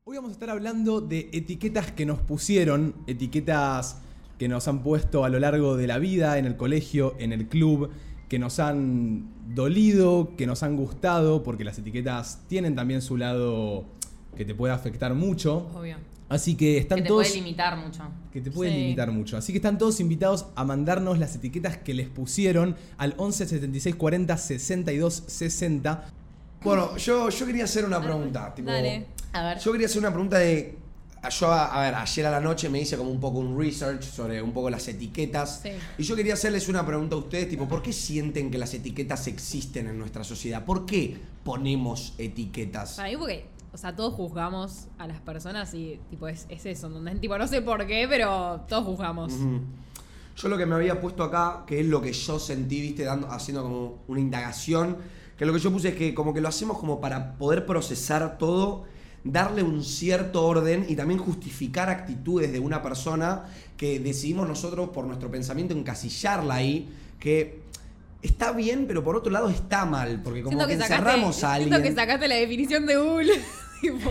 Hoy vamos a estar hablando de etiquetas que nos pusieron, etiquetas que nos han puesto a lo largo de la vida, en el colegio, en el club, que nos han dolido, que nos han gustado, porque las etiquetas tienen también su lado que te puede afectar mucho. Obvio. Así que están que te todos... puede limitar mucho. Que te puede Sí. limitar mucho. Así que están todos invitados a mandarnos las etiquetas que les pusieron al 11 76 40 62 60. Bueno, yo quería hacer una pregunta. Tipo, Dale. A ver. yo quería hacer una pregunta de... a ver, ayer a la noche me hice como un poco un research sobre un poco las etiquetas. Sí. Y yo quería hacerles una pregunta a ustedes, tipo, ¿por qué sienten que las etiquetas existen en nuestra sociedad? ¿Por qué ponemos etiquetas? Para mí porque, o sea, todos juzgamos a las personas y tipo es eso, donde tipo no sé por qué, pero todos juzgamos. Ujú. Yo lo que me había puesto acá, que es lo que yo sentí, viste, haciendo como una indagación, que lo que yo puse es que como que lo hacemos como para poder procesar todo, darle un cierto orden y también justificar actitudes de una persona que decidimos nosotros por nuestro pensamiento encasillarla ahí, que está bien, pero por otro lado está mal, porque como que encerramos a alguien. Siento que sacaste la definición de Google. Tipo,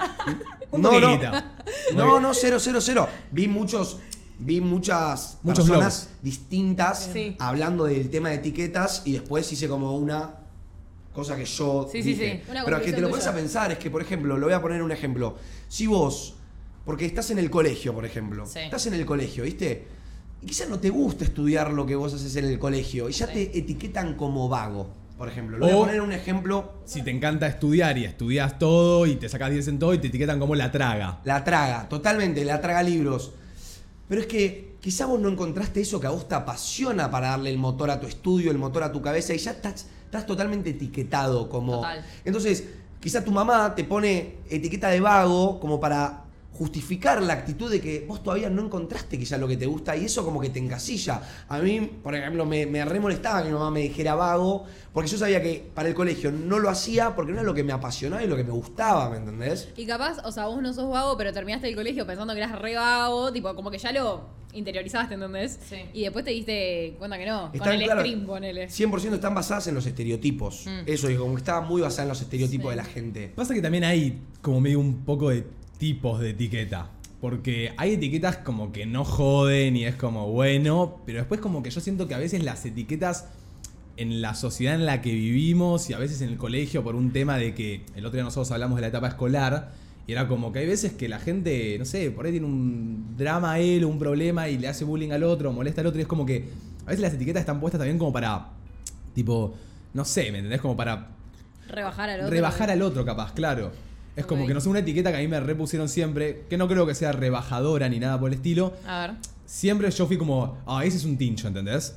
Un No, poquitito. no, cero. Vi muchas Muchos personas blogs distintas Sí. hablando del tema de etiquetas y después hice como una cosa que yo Sí, sí, dije. sí. Una Pero es que te lo conclusión pones a tuya. pensar, es que, por ejemplo, lo voy a poner un ejemplo. Si vos, porque estás en el colegio, por ejemplo, Sí. estás en el colegio, ¿viste? Y quizás no te gusta estudiar lo que vos haces en el colegio y ya te etiquetan como vago, por ejemplo. Lo voy a O- poner un ejemplo. Si te encanta estudiar y estudias todo y te sacas 10 en todo y te etiquetan como la traga. La traga, totalmente, la traga libros. Pero es que quizá vos no encontraste eso que a vos te apasiona para darle el motor a tu estudio, el motor a tu cabeza y ya estás totalmente etiquetado como... Total. Entonces, quizá tu mamá te pone etiqueta de vago como para justificar la actitud de que vos todavía no encontraste quizá lo que te gusta y eso como que te encasilla. A mí, por ejemplo, me re molestaba que mi mamá me dijera vago porque yo sabía que para el colegio no lo hacía porque no era lo que me apasionaba y lo que me gustaba, ¿me entendés? y capaz, o sea, vos no sos vago, pero terminaste el colegio pensando que eras re vago, tipo, como que ya lo interiorizaste, ¿entendés? Sí. Y después te diste cuenta que no, con Están, el claro, scream, ponele. 100% están basadas en los estereotipos. Eso, y como que estaba muy basada en los estereotipos de la gente. Pasa que también hay como medio un poco de tipos de etiqueta. Porque hay etiquetas como que no joden y es como bueno, pero después como que yo siento que a veces las etiquetas en la sociedad en la que vivimos y a veces en el colegio por un tema de que el otro día nosotros hablamos de la etapa escolar y era como que hay veces que la gente, no sé, por ahí tiene un drama a él o un problema y le hace bullying al otro, molesta al otro y es como que a veces las etiquetas están puestas también como para, tipo, no sé, ¿me entendés? Como para Rebajar al otro. rebajar al otro, capaz, claro. Es como Ok. que no sé, una etiqueta que a mí me repusieron siempre, que no creo que sea rebajadora ni nada por el estilo. A ver. Siempre yo fui como, ese es un tincho, ¿entendés?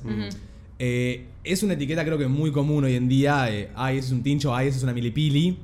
Es una etiqueta creo que muy común hoy en día, ese es un tincho, ese es una milipili.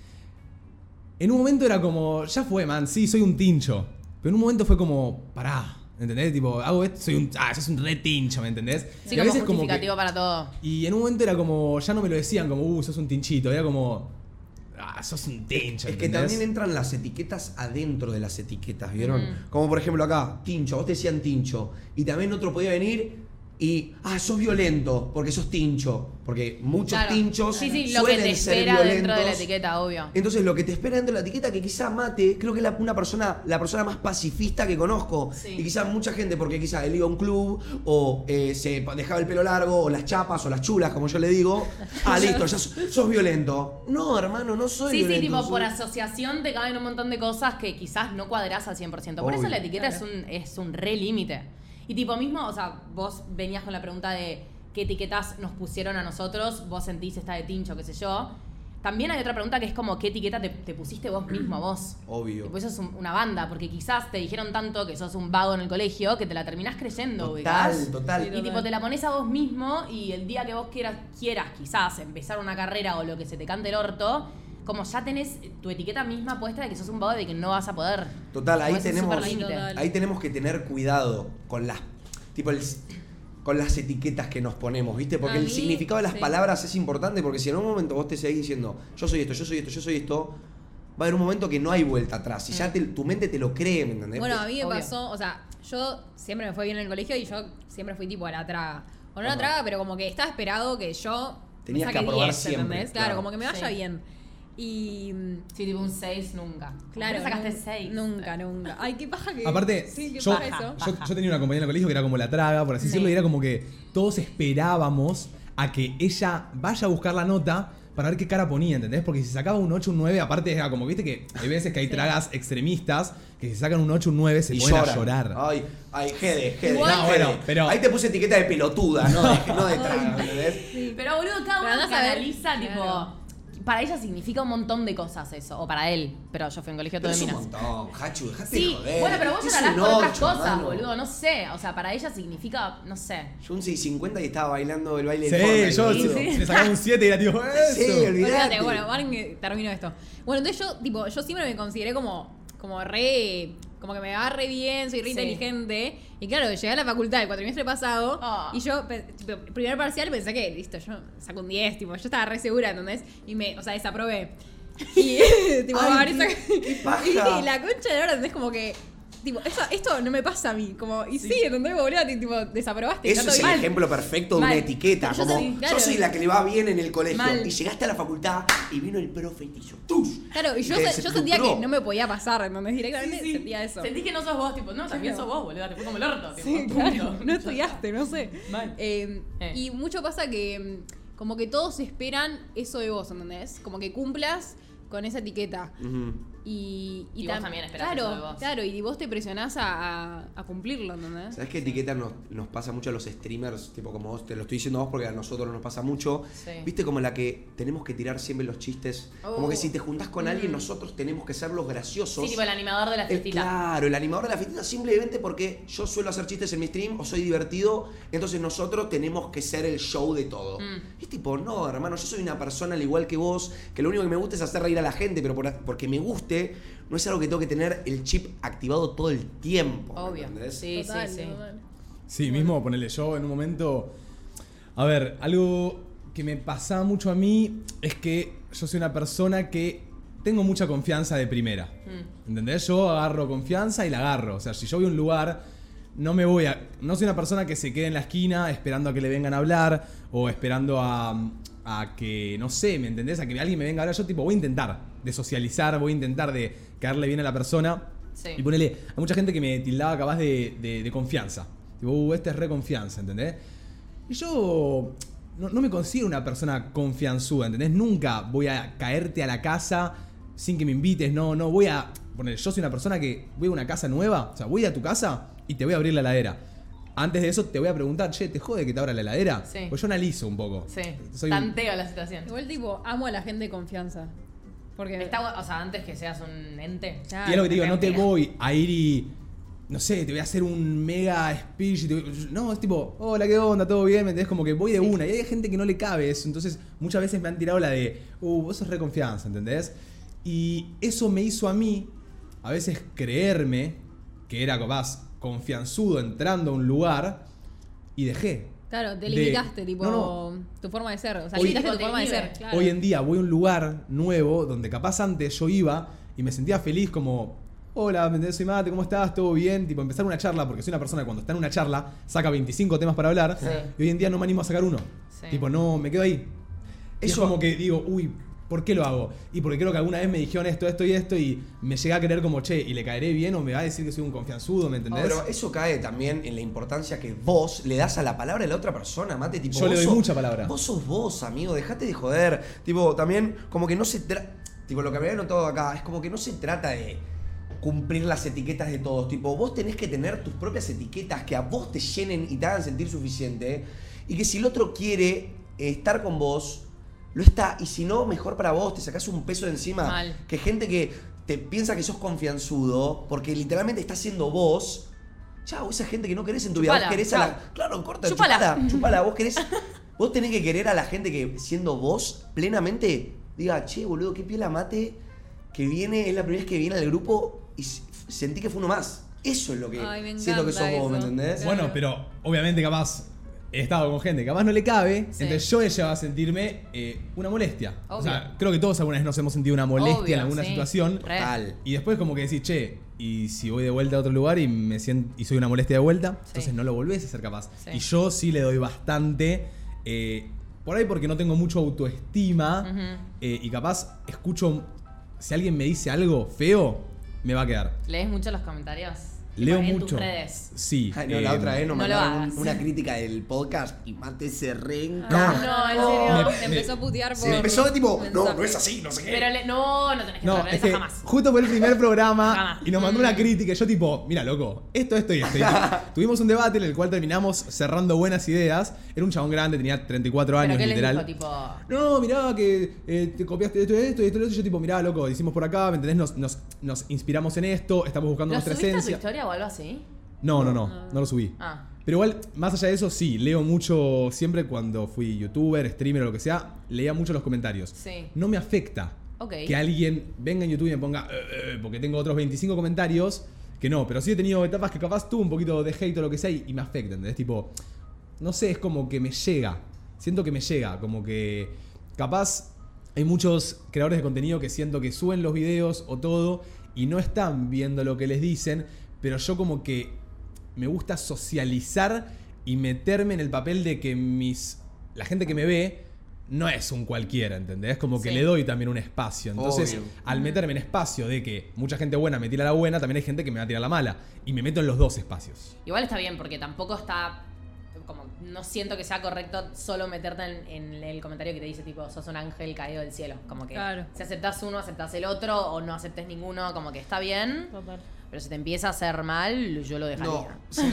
En un momento era como, ya fue, man, sí, soy un tincho. Pero en un momento fue como, pará, ¿entendés? Tipo, hago esto, soy un, sos un re tincho, ¿me entendés? Sí, Y a como veces como que- justificativo para todo. y en un momento era como, ya no me lo decían como, sos un tinchito, era como, sos un tincho, Es que ¿entendés? también entran las etiquetas adentro de las etiquetas, ¿vieron? Mm. Como por ejemplo acá, tincho, vos te decían tincho. Y también otro podía venir y, sos violento, porque sos tincho. Porque muchos Claro. tinchos Sí, sí, lo que suelen te ser espera violentos. dentro de la etiqueta, obvio. Entonces lo que te espera dentro de la etiqueta que quizá mate, creo que es la persona más pacifista que conozco. Sí. Y quizá mucha gente, porque quizá él iba a un club, o se dejaba el pelo largo, o las chapas, o las chulas, como yo le digo. Listo, ya sos violento. No, hermano, no soy Sí, violento. sí, tipo, soy- por asociación te caben un montón de cosas que quizás no cuadrás al 100%. Por eso Obvio. la etiqueta Claro. es un re límite. Y tipo mismo, o sea, vos venías con la pregunta de qué etiquetas nos pusieron a nosotros, vos sentís esta de tincho, qué sé yo. También hay otra pregunta que es como qué etiqueta te pusiste vos mismo, vos. Obvio. Tipo, eso es una banda, porque quizás te dijeron tanto que sos un vago en el colegio que te la terminás creyendo, Total, ubicás. total. Y tipo, te la pones a vos mismo y el día que vos quieras quizás empezar una carrera o lo que se te cante el orto, como ya tenés tu etiqueta misma puesta de que sos un vago de que no vas a poder. Total, ahí Como ese tenemos, superlímite. Total. ahí tenemos que tener cuidado con las con las etiquetas que nos ponemos, ¿viste? Porque A el mí, significado de las sí. palabras es importante, porque si en un momento vos te seguís diciendo yo soy esto, yo soy esto, yo soy esto, va a haber un momento que no hay vuelta atrás y ya tu mente te lo cree, ¿me entendés? Bueno, a mí me Obvio. pasó, o sea, yo siempre me fue bien en el colegio y yo siempre fui tipo a la traga. O no a la Ajá. traga, pero como que estaba esperado que yo Tenías me que saque aprobar 10, siempre, ¿entendés? Claro, claro. como que me vaya Sí. bien. Y Sí, tipo un 6 nunca. claro, ¿Por qué sacaste 6? Nunca. Ay, qué paja que. Aparte, sí, qué yo, paja eso. yo tenía una compañera en el colegio que era como la traga, por así decirlo, y era como que todos esperábamos a que ella vaya a buscar la nota para ver qué cara ponía, ¿entendés? Porque si sacaba un 8, un 9, aparte era como, viste que hay veces que hay tragas extremistas que si sacan un 8, un 9 se Y ponen lloran. a llorar. Ay, Gede. Igual- No, bueno, pero- ahí te puse etiqueta de pelotuda, no de traga, ¿entendés? Pero boludo, cada Pero uno andás que a ver, analiza, claro. tipo. Para ella significa un montón de cosas eso. O para él. Pero yo fui a un colegio todo Pero de es un minas. montón, Hachu, dejate de Sí, joder. bueno, pero vos Es llorarás un por otras 8, cosas, mano. boludo. No sé. O sea, para ella significa, no sé. Yo un 650 y estaba bailando el baile Sí, de Fortnite, yo boludo. le sacaba un 7 y era tipo, eso. Sí, olvidate. Olvídate, bueno, van que termino esto. Bueno, entonces yo siempre me consideré como re. Como que me va re bien, soy re Sí. inteligente. Y claro, llegué a la facultad el cuatrimestre pasado. Oh. Y yo, tipo, primer parcial pensé que, listo, yo saco un 10, tipo, yo estaba re segura, ¿entendés? Y o sea, desaprobé. Y, tipo, Ay, ahora qué paja. y la concha de la hora, ¿entendés? Como que, tipo, esto no me pasa a mí. Como, y sí, ¿entendés? Boludo, tipo, desaprobaste. Eso está es todo el bien. ejemplo perfecto de Mal. una etiqueta. Yo Como, soy- claro. yo soy la que le va bien en el colegio. Mal. Y llegaste a la facultad y vino el profe y te hizo ¡tush! Claro, y yo Te sentía desestructuró. que no me podía pasar, ¿entendés? Directamente Sí, sí. sentía eso. Sentís que no sos vos, tipo, no, también sos vos, boludo. Te fue como el orto, tipo. Sí, punto. claro, no estudiaste, no sé. Mal. Y mucho pasa que como que todos esperan eso de vos, ¿entendés? Como que cumplas con esa etiqueta. Ujú. Y vos también esperás claro, eso de vos. Claro, y vos te presionás a cumplirlo, ¿entendés? ¿Sabes qué etiqueta nos pasa mucho a los streamers? Tipo, como vos, te lo estoy diciendo a vos porque a nosotros nos pasa mucho. Sí. ¿Viste como la que tenemos que tirar siempre los chistes? Como que si te juntás con alguien, nosotros tenemos que ser los graciosos. Sí, tipo el animador de la fiestita. Claro, el animador de la fiestita simplemente porque yo suelo hacer chistes en mi stream o soy divertido, entonces nosotros tenemos que ser el show de todo. Y es tipo, no, hermano, yo soy una persona al igual que vos, que lo único que me gusta es hacer reír a la gente, pero porque me guste, no es algo que tengo que tener el chip activado todo el tiempo. Obvio. ¿entendés? Sí, Total, sí, sí. total. Sí, mismo ponerle yo en un momento. A ver, algo que me pasaba mucho a mí es que yo soy una persona que tengo mucha confianza de primera. ¿Entendés? Yo agarro confianza y la agarro. O sea, si yo voy a un lugar, no soy una persona que se quede en la esquina esperando a que le vengan a hablar o esperando a que, no sé, ¿me entendés? A que alguien me venga a hablar. Yo tipo voy a intentar de socializar, voy a intentar de caerle bien a la persona. Sí. Y ponele, hay mucha gente que me tildaba capaz de confianza. Tipo, este es re confianza, ¿entendés? Y yo no me considero una persona confianzuda, ¿entendés? Nunca voy a caerte a la casa sin que me invites, no voy a... Ponele, yo soy una persona que voy a una casa nueva, o sea, voy a tu casa y te voy a abrir la heladera. Antes de eso te voy a preguntar, che, ¿te jode que te abra la heladera? Sí. Pues yo analizo un poco. Sí. Soy Tanteo la situación. Igual tipo, amo a la gente de confianza. Porque O sea, antes que seas un ente. Claro, Y es lo que te digo, no te Mira. voy a ir y... No sé, te voy a hacer un mega speech. No, es tipo, hola, ¿qué onda? ¿Todo bien? ¿Me entendés? Como que voy de una. Y hay gente que no le cabe eso. Entonces, muchas veces me han tirado la de, vos sos re confianza, ¿entendés? Y eso me hizo a mí, a veces, creerme que era capaz confianzudo entrando a un lugar y dejé. Claro, te de- limitaste, tipo, No, tu forma de ser. O sea, Hoy- limitaste tu Tipo, forma de te ser. inhibe. Claro. Hoy en día voy a un lugar nuevo donde capaz antes yo iba y me sentía feliz como, hola, ¿me entendés? Soy Mate, ¿cómo estás? ¿Todo bien? Tipo, empezar una charla, porque soy una persona que cuando está en una charla saca 25 temas para hablar Sí. y hoy en día no me animo a sacar uno. Sí. Tipo, no, me quedo ahí. Y es Eso- como que digo, uy, ¿por qué lo hago? Y porque creo que alguna vez me dijeron esto y esto y me llegué a creer como, che, ¿y le caeré bien o me va a decir que soy un confianzudo? ¿Me entendés? Pero eso cae también en la importancia que vos le das a la palabra de la otra persona, Mate. Tipo, Yo le vos doy sos- mucha palabra. Vos sos vos, amigo, dejate de joder. Tipo, también, como que no se trata. Tipo, lo que me había notado acá es como que no se trata de cumplir las etiquetas de todos. Tipo, vos tenés que tener tus propias etiquetas que a vos te llenen y te hagan sentir suficiente. Y que si el otro quiere estar con vos, lo está. Y si no, mejor para vos, te sacás un peso de encima. Mal. Que gente que te piensa que sos confianzudo, porque literalmente estás siendo vos. Chao, esa gente que no querés en tu vida. Chupala, Vos querés a chao. la. Claro, corta, Chupala. chupala. Vos querés. Vos tenés que querer a la gente que, siendo vos, plenamente, diga, che, boludo, qué piola Mate, que viene, es la primera vez que viene al grupo y sentí que fue uno más. Eso es lo que Ay, me siento que sos encanta vos, ¿me eso. entendés? Claro. Bueno, pero obviamente capaz he estado con gente que capaz no le cabe, Sí. entonces yo he llegado a sentirme una molestia. O sea, Obvio. creo que todos alguna vez nos hemos sentido una molestia Obvio, en alguna sí. situación. Re. Tal. Y después como que decís, che, y si voy de vuelta a otro lugar y me siento y soy una molestia de vuelta, Sí. entonces no lo volvés a ser capaz. Sí. Y yo sí le doy bastante por ahí porque no tengo mucho autoestima Ujú. y capaz escucho, si alguien me dice algo feo, me va a quedar. ¿Lees mucho los comentarios? Leo En mucho. tus redes. Sí. Ay, no, la otra vez nos no lo mandaron hagas. una crítica del podcast y Mate se No, en reencajó. serio. Te empezó a putear por... Se empezó tipo, no, mensaje. no es así, no sé qué. Pero no tenés que No, entrar en es esa que jamás. justo fue el primer programa Jamás. y nos mandó una crítica. Y yo tipo, mira, loco, esto y esto. Y tuvimos un debate en el cual terminamos cerrando buenas ideas. Era un chabón grande, tenía 34 años, ¿Pero qué literal. les dijo? Tipo... No, mirá que te copiaste esto y esto y yo tipo, mirá, loco, hicimos por acá, ¿me entendés? Nos inspiramos en esto, estamos buscando ¿Lo nuestra subiste a tu esencia. historia o algo así? No lo subí. Ah. Pero igual, más allá de eso, sí, leo mucho, siempre cuando fui youtuber, streamer o lo que sea, leía mucho los comentarios. Sí. No me afecta Ok. que alguien venga en YouTube y me ponga, porque tengo otros 25 comentarios, que no, pero sí he tenido etapas que capaz tuve un poquito de hate o lo que sea y me afecta, ¿entendés? Tipo, no sé, es como que me llega, siento que me llega, como que capaz hay muchos creadores de contenido que siento que suben los videos o todo y no están viendo lo que les dicen, pero yo como que me gusta socializar y meterme en el papel de que la gente que me ve no es un cualquiera, ¿entendés? Como que Sí. le doy también un espacio. Entonces, Obvio. al meterme en espacio de que mucha gente buena me tira la buena, también hay gente que me va a tirar la mala. Y me meto en los dos espacios. Igual está bien, porque tampoco está... Como, no siento que sea correcto solo meterte en el comentario que te dice, tipo, sos un ángel caído del cielo. Como que Claro. si aceptás uno, aceptás el otro, o no aceptes ninguno, como que está bien. Total. Pero si te empieza a hacer mal, yo lo No, dejaría. ¿sabes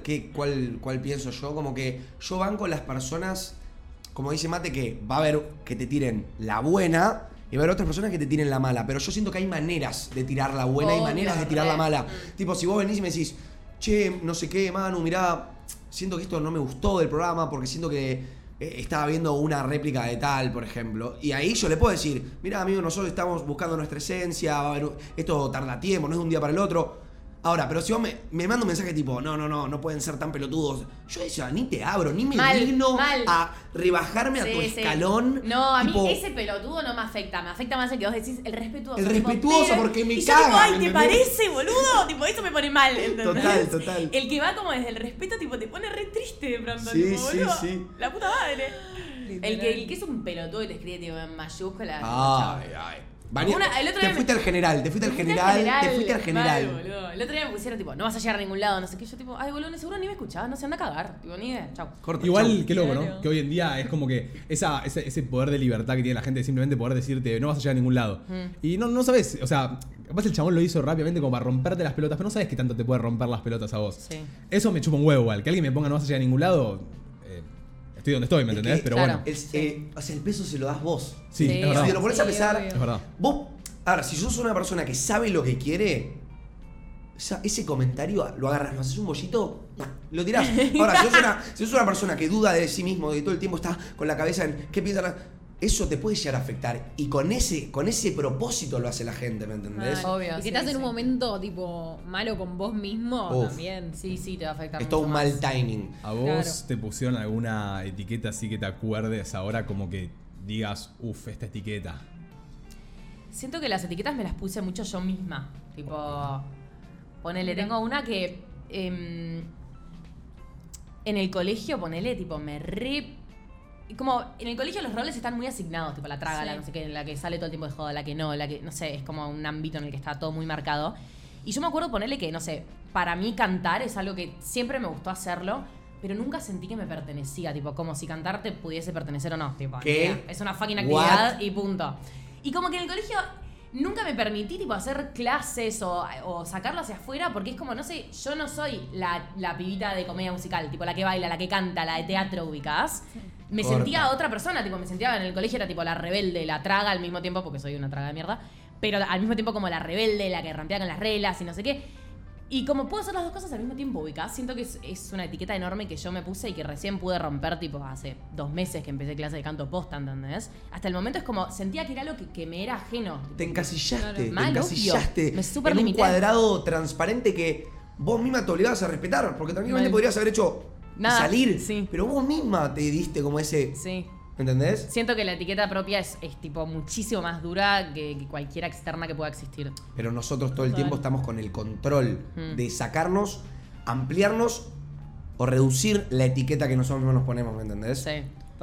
cuál pienso yo? Como que yo banco las personas, como dice Mate, que va a haber que te tiren la buena y va a haber otras personas que te tiren la mala. Pero yo siento que hay maneras de tirar la buena y Obvio, maneras de tirar la re. mala. Tipo, si vos venís y me decís, che, no sé qué, Manu, mirá, siento que esto no me gustó del programa porque siento que estaba viendo una réplica de tal, por ejemplo. Y ahí yo le puedo decir, mirá, amigo, nosotros estamos buscando nuestra esencia, va a haber, esto tarda tiempo, no es de un día para el otro. Ahora, pero si vos me manda un mensaje tipo, no pueden ser tan pelotudos. Yo decía, ni te abro, ni me Mal, digno mal. a rebajarme a tu Sí, sí. escalón. No, a tipo, mí ese pelotudo no me afecta. Me afecta más el que vos decís el respetuoso. El tipo, respetuoso, pero- porque me y yo caga, tipo, ay, ¿me ¿te entendés? parece, boludo? Tipo, eso me pone mal, ¿entendés? Total. El que va como desde el respeto, tipo, te pone re triste de pronto. Sí, tipo, sí, boludo, sí. la puta madre. Literal. El que es un pelotudo y te escribe, tipo, en mayúsculas. Ay. Vania, El otro te día fuiste al general, te fuiste al general. Mal, boludo. El otro día me pusieron, tipo, no vas a llegar a ningún lado, no sé qué. Yo, tipo, ay, boludo, seguro ni me escuchabas, no se anda a cagar. Tipo, ni idea, chau. Corta, Igual, chau. qué loco, ¿no? Claro. Que hoy en día es como que ese poder de libertad que tiene la gente de simplemente poder decirte no vas a llegar a ningún lado. Y no sabes, o sea, capaz el chabón lo hizo rápidamente como para romperte las pelotas, pero no sabes qué tanto te puede romper las pelotas a vos. Sí. Eso me chupa un huevo igual. Que alguien me ponga no vas a llegar a ningún lado, estoy donde estoy, ¿me Es entendés? que, Pero claro. bueno, O sea, el peso se lo das vos. sí, Sí, es Si verdad. te lo pones a Sí, pensar, obvio. Es verdad. vos, a ver, si sos una persona que sabe lo que quiere, ese comentario lo agarras, lo haces un bollito, lo tirás. Ahora, si sos una persona que duda de sí mismo, de todo el tiempo está con la cabeza en qué piensa eso te puede llegar a afectar. Y con ese propósito lo hace la gente, ¿me entendés? Mal. Obvio, Y sí, que estás en sí. un momento, tipo, malo con vos mismo Uf. también. Sí, te va a afectar Es todo mucho un más. mal timing. ¿A vos Claro. te pusieron alguna etiqueta así que te acuerdes ahora como que digas, uff, esta etiqueta? Siento que las etiquetas me las puse mucho yo misma. Tipo, ponele, tengo una que en el colegio, ponele, tipo, como en el colegio los roles están muy asignados, tipo la traga, Sí. la no sé qué, la que sale todo el tiempo de joda, la que no sé, es como un ámbito en el que está todo muy marcado. Y yo me acuerdo ponerle que, no sé, para mí cantar es algo que siempre me gustó hacerlo, pero nunca sentí que me pertenecía, tipo, como si cantar te pudiese pertenecer o no, tipo, ¿Qué? ni idea. Es una fucking What? actividad y punto. Y como que en el colegio nunca me permití, tipo, hacer clases o sacarlo hacia afuera, porque es como, no sé, yo no soy la pibita de comedia musical, tipo, la que baila, la que canta, la de teatro, ubicás. Me Corta. sentía otra persona, tipo, me sentía en el colegio, era tipo la rebelde, la traga al mismo tiempo, porque soy una traga de mierda, pero al mismo tiempo como la rebelde, la que rampea con las reglas y no sé qué. Y como puedo hacer las dos cosas al mismo tiempo, ubicás, siento que es una etiqueta enorme que yo me puse y que recién pude romper, tipo, hace 2 meses que empecé clase de canto posta, ¿entendés? Hasta el momento es como, sentía que era algo que me era ajeno. Te encasillaste, Claro. te Mal, encasillaste obvio. Me súper en un limité. cuadrado transparente que vos misma te obligabas a respetar, porque tranquilamente Mal. podrías haber hecho Nada, salir, sí. pero vos misma te diste como ese, Sí. ¿entendés? Siento que la etiqueta propia es tipo muchísimo más dura que cualquiera externa que pueda existir. Pero nosotros todo el Total. tiempo estamos con el control Mm. de sacarnos, ampliarnos o reducir la etiqueta que nosotros mismos nos ponemos, ¿me entendés? Sí.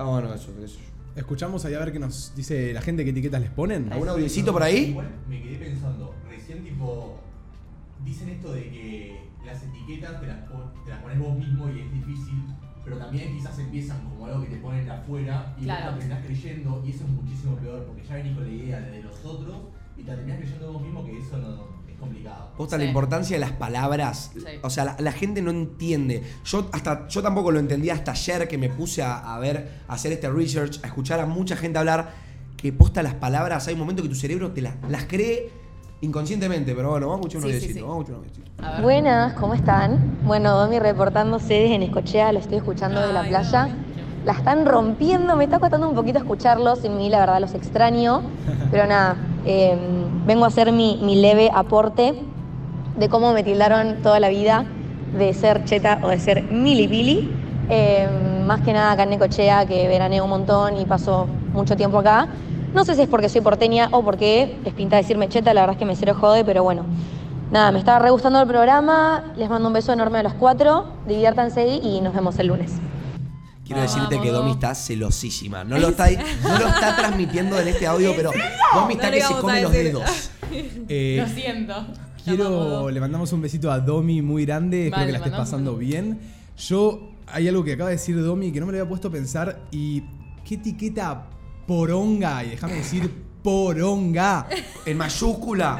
Está bueno eso, qué sé yo. Escuchamos ahí a ver qué nos dice la gente, qué etiquetas les ponen. ¿Algún audiecito por ahí? Igual me quedé pensando, recién tipo, dicen esto de que las etiquetas te las pones vos mismo y es difícil, pero también quizás empiezan como algo que te ponen de afuera y Claro. vos te terminás creyendo, y eso es muchísimo peor, porque ya venís con la idea de los otros y te terminás creyendo vos mismo que eso no es complicado. Posta Sí. la importancia de las palabras. Sí. O sea, la gente no entiende. Yo tampoco lo entendí hasta ayer que me puse a hacer este research, a escuchar a mucha gente hablar, que posta las palabras, hay un momento que tu cerebro te las cree inconscientemente. Pero bueno, vamos a escuchar un Sí, sí, audiecito, sí. vamos a escuchar un audiecito. A ver. Buenas, ¿cómo están? Bueno, Domi reportándose desde Necochea, lo estoy escuchando de la Ay, playa. Domi. La están rompiendo, me está costando un poquito escucharlos, sin mí la verdad los extraño. Pero nada, vengo a hacer mi leve aporte de cómo me tildaron toda la vida de ser cheta o de ser milipili. Más que nada acá en Necochea, que veraneo un montón y paso mucho tiempo acá. No sé si es porque soy porteña o porque les pinta decirme cheta, la verdad es que me cero jode, pero bueno. Nada, me estaba re gustando el programa, les mando un beso enorme a los 4, diviértanse y nos vemos el lunes. Quiero decirte Vamos, que Domi Dom. está celosísima. No lo está transmitiendo en este audio, pero Domi está No le que se íbamos a come los decir. dedos. Lo siento. Le mandamos un besito a Domi muy grande, espero Vale, que la estés mandamos pasando un- bien. Hay algo que acaba de decir Domi que no me lo había puesto a pensar y ¿qué etiqueta poronga? Y déjame decir poronga. En mayúscula.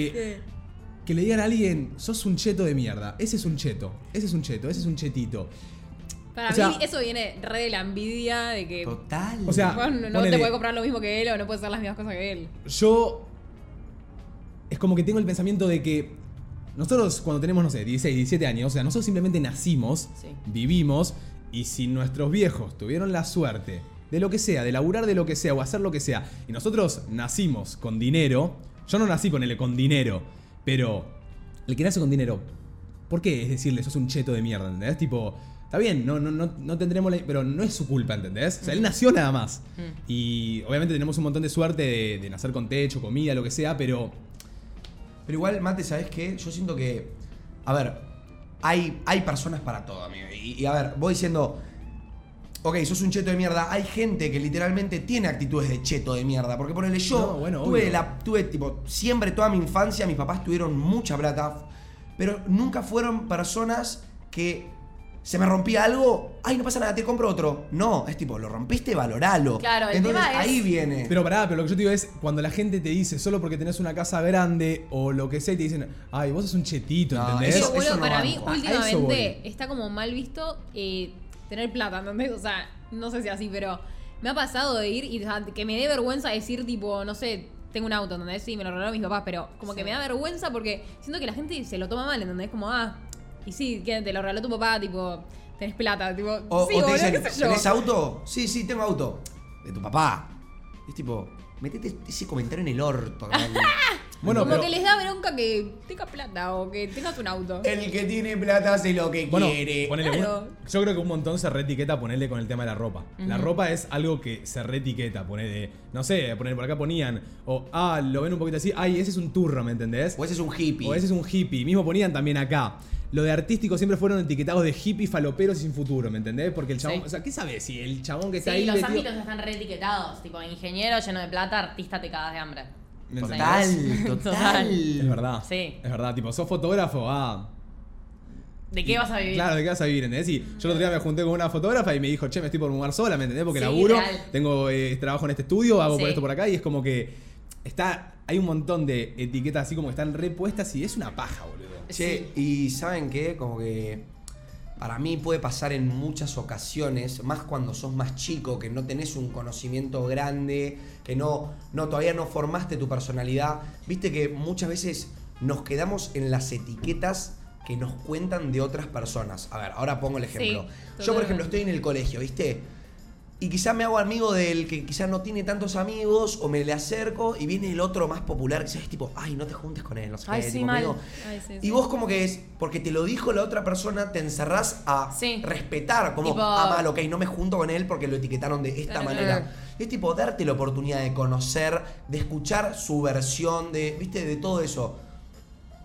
Que le digan a alguien, sos un cheto de mierda. Ese es un cheto, ese es un cheto, ese es un chetito. Para O sea- mí eso viene re de la envidia de que Total. O sea, vos no ponele- te puede comprar lo mismo que él o no puedes hacer las mismas cosas que él. Yo es como que tengo el pensamiento de que nosotros cuando tenemos, no sé, 16, 17 años, o sea, nosotros simplemente nacimos, Sí. vivimos, y si nuestros viejos tuvieron la suerte de lo que sea, de laburar de lo que sea o hacer lo que sea, y nosotros nacimos con dinero, yo no nací con dinero, pero el que nace con dinero, ¿por qué es decirle sos un cheto de mierda? ¿Entendés? Tipo, está bien, no tendremos pero no es su culpa, ¿entendés? O sea, él nació nada más. Y obviamente tenemos un montón de suerte de nacer con techo, comida, lo que sea, pero igual, Mate, ¿sabes qué? Yo siento que. A ver, hay personas para todo, amigo. Y a ver, voy diciendo. Ok, sos un cheto de mierda. Hay gente que literalmente tiene actitudes de cheto de mierda. Porque ponele yo. No, bueno, obvio. tuve tipo. Siempre toda mi infancia, mis papás tuvieron mucha plata. Pero nunca fueron personas que. Se me rompía algo, ay, no pasa nada, te compro otro. No, es tipo, lo rompiste, valoralo. Claro, el Entonces tema es- ahí viene. Pero pará, pero lo que yo te digo es cuando la gente te dice solo porque tenés una casa grande o lo que sea y te dicen, ay, vos sos un chetito, No, ¿entendés? Eso- Boludo, no para banco. mí A eso últimamente voy. está como mal visto tener plata, ¿entendés? O sea, no sé si así, pero me ha pasado de ir y o sea, que me dé vergüenza decir tipo, no sé, tengo un auto, ¿entendés? Sí, me lo regalaron mis papás, pero como que Sí. me da vergüenza porque siento que la gente se lo toma mal, ¿entendés? Como, y sí, que te lo regaló tu papá, tipo, tenés plata, tipo, O, sí, o te boludo, dicen, qué sé yo. ¿tenés auto? Sí, sí, tengo auto. De tu papá. Es tipo, metete ese comentario en el orto. ¿no? Bueno, Como pero- que les da bronca que tengas plata o que tengas un auto. El que tiene plata hace lo que Bueno, quiere. ponele, Claro. yo creo que un montón se reetiqueta ponerle con el tema de la ropa. La ropa es algo que se reetiqueta, ponele, no sé, poner por acá ponían, o lo ven un poquito así, ay, ese es un turro, ¿me entendés? O ese es un hippie. O ese es un hippie, mismo ponían también acá. Lo de artístico siempre fueron etiquetados de hippie, faloperos y sin futuro, ¿me entendés? Porque el chabón, Sí. o sea, ¿qué sabes si el chabón que está Sí, ahí los metido- ámbitos están reetiquetados. Tipo, ingeniero lleno de plata, artista te cagas de hambre. ¿Me Total, entendés? total. Es verdad. Sí. Es verdad, tipo, sos fotógrafo, ¿De qué vas a vivir? Claro, ¿de qué vas a vivir? ¿Entendés? Y yo el otro día me junté con una fotógrafa y me dijo, che, me estoy por mudar sola, ¿me entendés? Porque Sí, laburo, real. tengo trabajo en este estudio, hago por Sí. esto por acá y es como que hay un montón de etiquetas así como que están repuestas y es una paja, boludo. Che, y ¿saben qué? Como que para mí puede pasar en muchas ocasiones, más cuando sos más chico, que no tenés un conocimiento grande, que todavía no formaste tu personalidad. Viste que muchas veces nos quedamos en las etiquetas que nos cuentan de otras personas. A ver, ahora pongo el ejemplo. Yo, por totalmente. ejemplo, estoy en el colegio, ¿viste? Y quizás me hago amigo del que quizás no tiene tantos amigos, o me le acerco y viene el otro más popular, que es tipo, ay, no te juntes con él, no sé Ay, qué. sí, tipo, mal. medio- Ay, sí, y sí. vos como que es, porque te lo dijo la otra persona, te encerrás a Sí. respetar, como, Tipo- mal, ok, no me junto con él porque lo etiquetaron de esta Claro, manera. claro. Y es tipo, darte la oportunidad de conocer, de escuchar su versión, viste, de todo eso.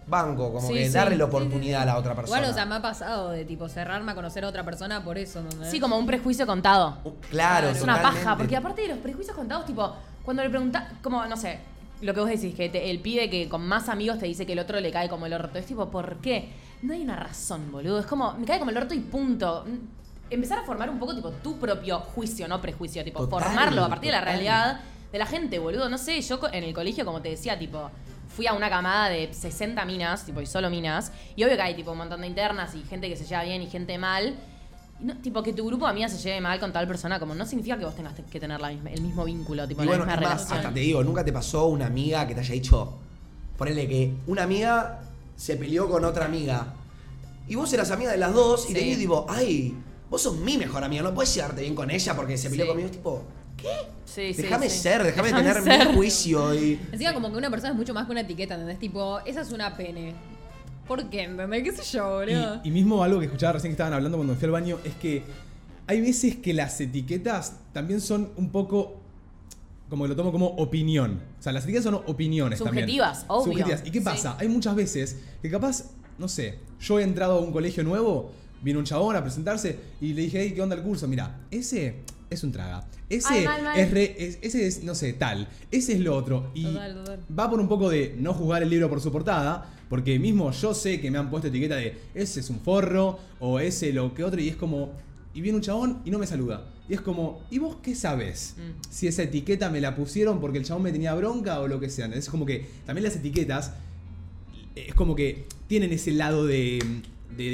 banco, como Sí, que sí. darle la oportunidad a la otra persona. Igual, o sea, me ha pasado de tipo cerrarme a conocer a otra persona por eso, ¿no? Sí, como un prejuicio contado. Claro, Es una totalmente. paja, porque aparte de los prejuicios contados, tipo, cuando le preguntás, como, no sé, lo que vos decís, que el pibe que con más amigos te dice que el otro le cae como el orto. Es tipo, ¿por qué? No hay una razón, boludo. Es como, me cae como el orto y punto. Empezar a formar un poco, tipo, tu propio juicio, no prejuicio. Tipo, Total, formarlo a partir de la total. realidad de la gente, boludo. No sé, yo en el colegio, como te decía, tipo, fui a una camada de 60 minas, tipo, y solo minas. Y obvio que hay, tipo, un montón de internas y gente que se lleva bien y gente mal. Y no, tipo, que tu grupo de amigas se lleve mal con tal persona, como no significa que vos tengas que tener el mismo vínculo, tipo, Y la bueno, misma es más, relación. hasta te digo, ¿nunca te pasó una amiga que te haya dicho, ponele que una amiga se peleó con otra amiga y vos eras amiga de las dos y Sí. te digo, tipo, ay, vos sos mi mejor amiga, no puedes llevarte bien con ella porque se peleó Sí. conmigo? Es tipo, Sí, sí, déjame sí. ser, déjame Déjame tener ser. mi juicio y... Encima como que una persona es mucho más que una etiqueta, ¿entendés? Tipo, esa es una pene. ¿Por qué? ¿Entendés? ¿Qué sé yo, boludo? Y mismo algo que escuchaba recién que estaban hablando cuando fui al baño es que hay veces que las etiquetas también son un poco, como que lo tomo como opinión. O sea, las etiquetas son opiniones Subjetivas, también. obvio. Subjetivas. ¿Y qué Sí. pasa? Hay muchas veces que capaz, no sé, yo he entrado a un colegio nuevo, vino un chabón a presentarse y le dije, hey, ¿qué onda el curso? Mira, ese es un traga. Ese Ay, mal, mal. ese es, no sé, tal. Ese es lo otro. Y Total. va por un poco de no juzgar el libro por su portada, porque mismo yo sé que me han puesto etiqueta de ese es un forro o ese lo que otro y es como, y viene un chabón y no me saluda. Y es como, ¿y vos qué sabés? Si esa etiqueta me la pusieron porque el chabón me tenía bronca o lo que sea. Es como que también las etiquetas es como que tienen ese lado de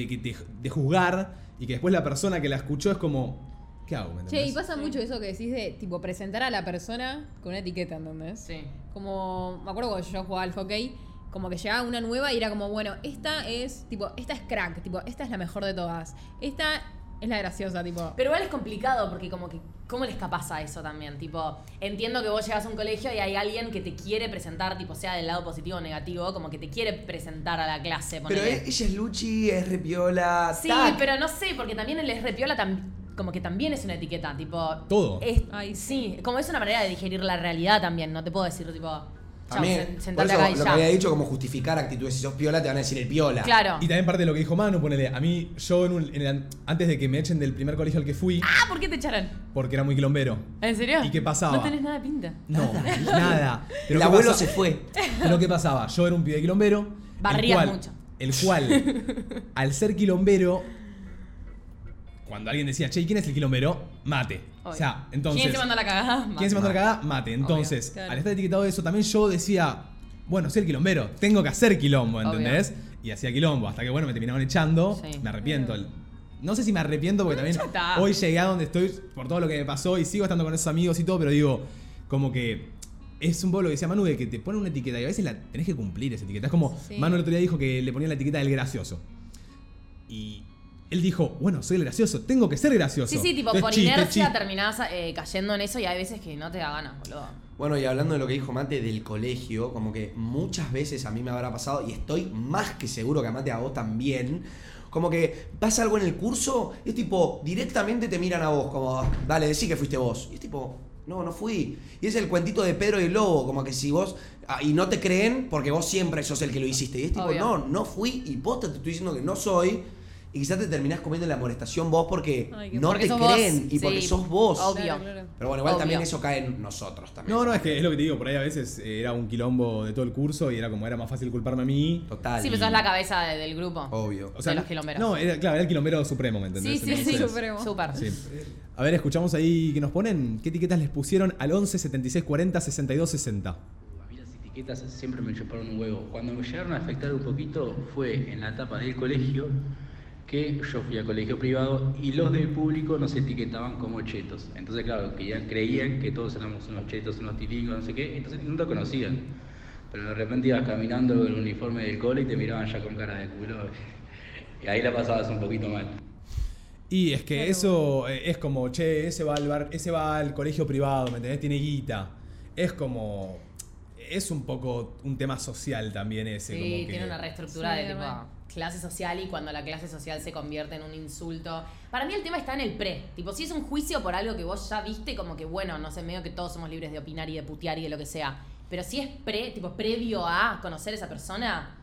juzgar y que después la persona que la escuchó es como, ¿qué hago? ¿Me Che, entendés? y pasa mucho eso que decís de, tipo, presentar a la persona con una etiqueta, ¿entendés? Sí. Como, me acuerdo cuando yo jugaba al hockey, como que llegaba una nueva y era como, bueno, esta es crack, tipo, esta es la mejor de todas. Esta es la graciosa, tipo. Pero igual es complicado porque como que, ¿cómo le escapás a eso también? Tipo, entiendo que vos llegas a un colegio y hay alguien que te quiere presentar, tipo, sea del lado positivo o negativo, como que te quiere presentar a la clase, Pero ponele. ella es Luchi, es repiola, Sí, tac. pero no sé, porque también el repiola como que también es una etiqueta, tipo... Todo. Ay, sí, como es una manera de digerir la realidad también, no te puedo decir, tipo... Chau, También, por sentate eso acá y lo que ya. había dicho como justificar actitudes. Si sos piola te van a decir el piola. Claro. Y también parte de lo que dijo Manu, ponele, a mí, yo antes de que me echen del primer colegio al que fui, Ah, ¿por qué te echaron? porque era muy quilombero. ¿En serio? ¿Y qué pasaba? No tenés nada de pinta. No, nada. El ¿qué abuelo pasa? se fue. Pero ¿qué pasaba? Yo era un pibe quilombero. Barrías mucho. El cual, al ser quilombero, cuando alguien decía, che, ¿y quién es el quilombero? Mate. Obvio. O sea, entonces... ¿Quién se mandó la cagada? ¿Quién se mandó la cagada? Mate. Entonces, claro. al estar etiquetado de eso, también yo decía, bueno, soy el quilombero, tengo que hacer quilombo, ¿entendés? Y hacía quilombo, hasta que bueno, me terminaron echando, Sí. me arrepiento. No sé si me arrepiento porque también Ya está. hoy llegué a donde estoy por todo lo que me pasó y sigo estando con esos amigos y todo, pero digo, como que es un poco lo que decía Manu de que te ponen una etiqueta y a veces la tenés que cumplir esa etiqueta. Es como Sí. Manu el otro día dijo que le ponía la etiqueta del gracioso. Y él dijo, bueno, soy el gracioso, tengo que ser gracioso. Sí, sí, tipo, Entonces, por chiste, inercia chiste. terminás cayendo en eso y hay veces que no te da ganas, boludo. Bueno, y hablando de lo que dijo Mate del colegio, como que muchas veces a mí me habrá pasado, y estoy más que seguro que a Mate a vos también, como que pasa algo en el curso y es tipo, directamente te miran a vos, como, dale, decí que fuiste vos. Y es tipo, no fui. Y es el cuentito de Pedro y el Lobo, como que si vos, y no te creen porque vos siempre sos el que lo hiciste. Y es tipo, Obvio. no fui y posta te estoy diciendo que no soy. Y quizás te terminás comiendo la molestación vos porque Ay, qué- no porque te sos vos. creen y porque Sí, sos vos. obvio. Claro, claro. Pero bueno, igual Obvio. también eso cae en nosotros también. No, es que es lo que te digo, por ahí a veces era un quilombo de todo el curso y era como era más fácil culparme a mí. Total. Sí, pero sos la cabeza del grupo. Obvio. O sea, de los quilomberos. No, claro, era el quilombero supremo, ¿me entendés? Sí, sí, sí, Entonces, Supremo. súper. sí. A ver, escuchamos ahí que nos ponen. ¿Qué etiquetas les pusieron al 11 76 40 62 60? A mí las etiquetas siempre me chuparon un huevo. Cuando me llegaron a afectar un poquito fue en la etapa del colegio, que yo fui a colegio privado y los del público nos etiquetaban como chetos. Entonces, claro, que ya creían que todos éramos unos chetos, unos tiringos, no sé qué, entonces no te conocían. Pero de repente ibas caminando con el uniforme del cole y te miraban ya con cara de culo. Y ahí la pasabas un poquito mal. Y es que eso es como, che, ese va al colegio privado, ¿me entendés? Tiene guita. Es como. Es un poco un tema social también ese. Sí, como que, tiene una reestructura Sí, de tipo re. clase social y cuando la clase social se convierte en un insulto. Para mí el tema está en el pre. Tipo, si es un juicio por algo que vos ya viste, como que bueno, no sé, medio que todos somos libres de opinar y de putear y de lo que sea. Pero si es tipo previo a conocer a esa persona,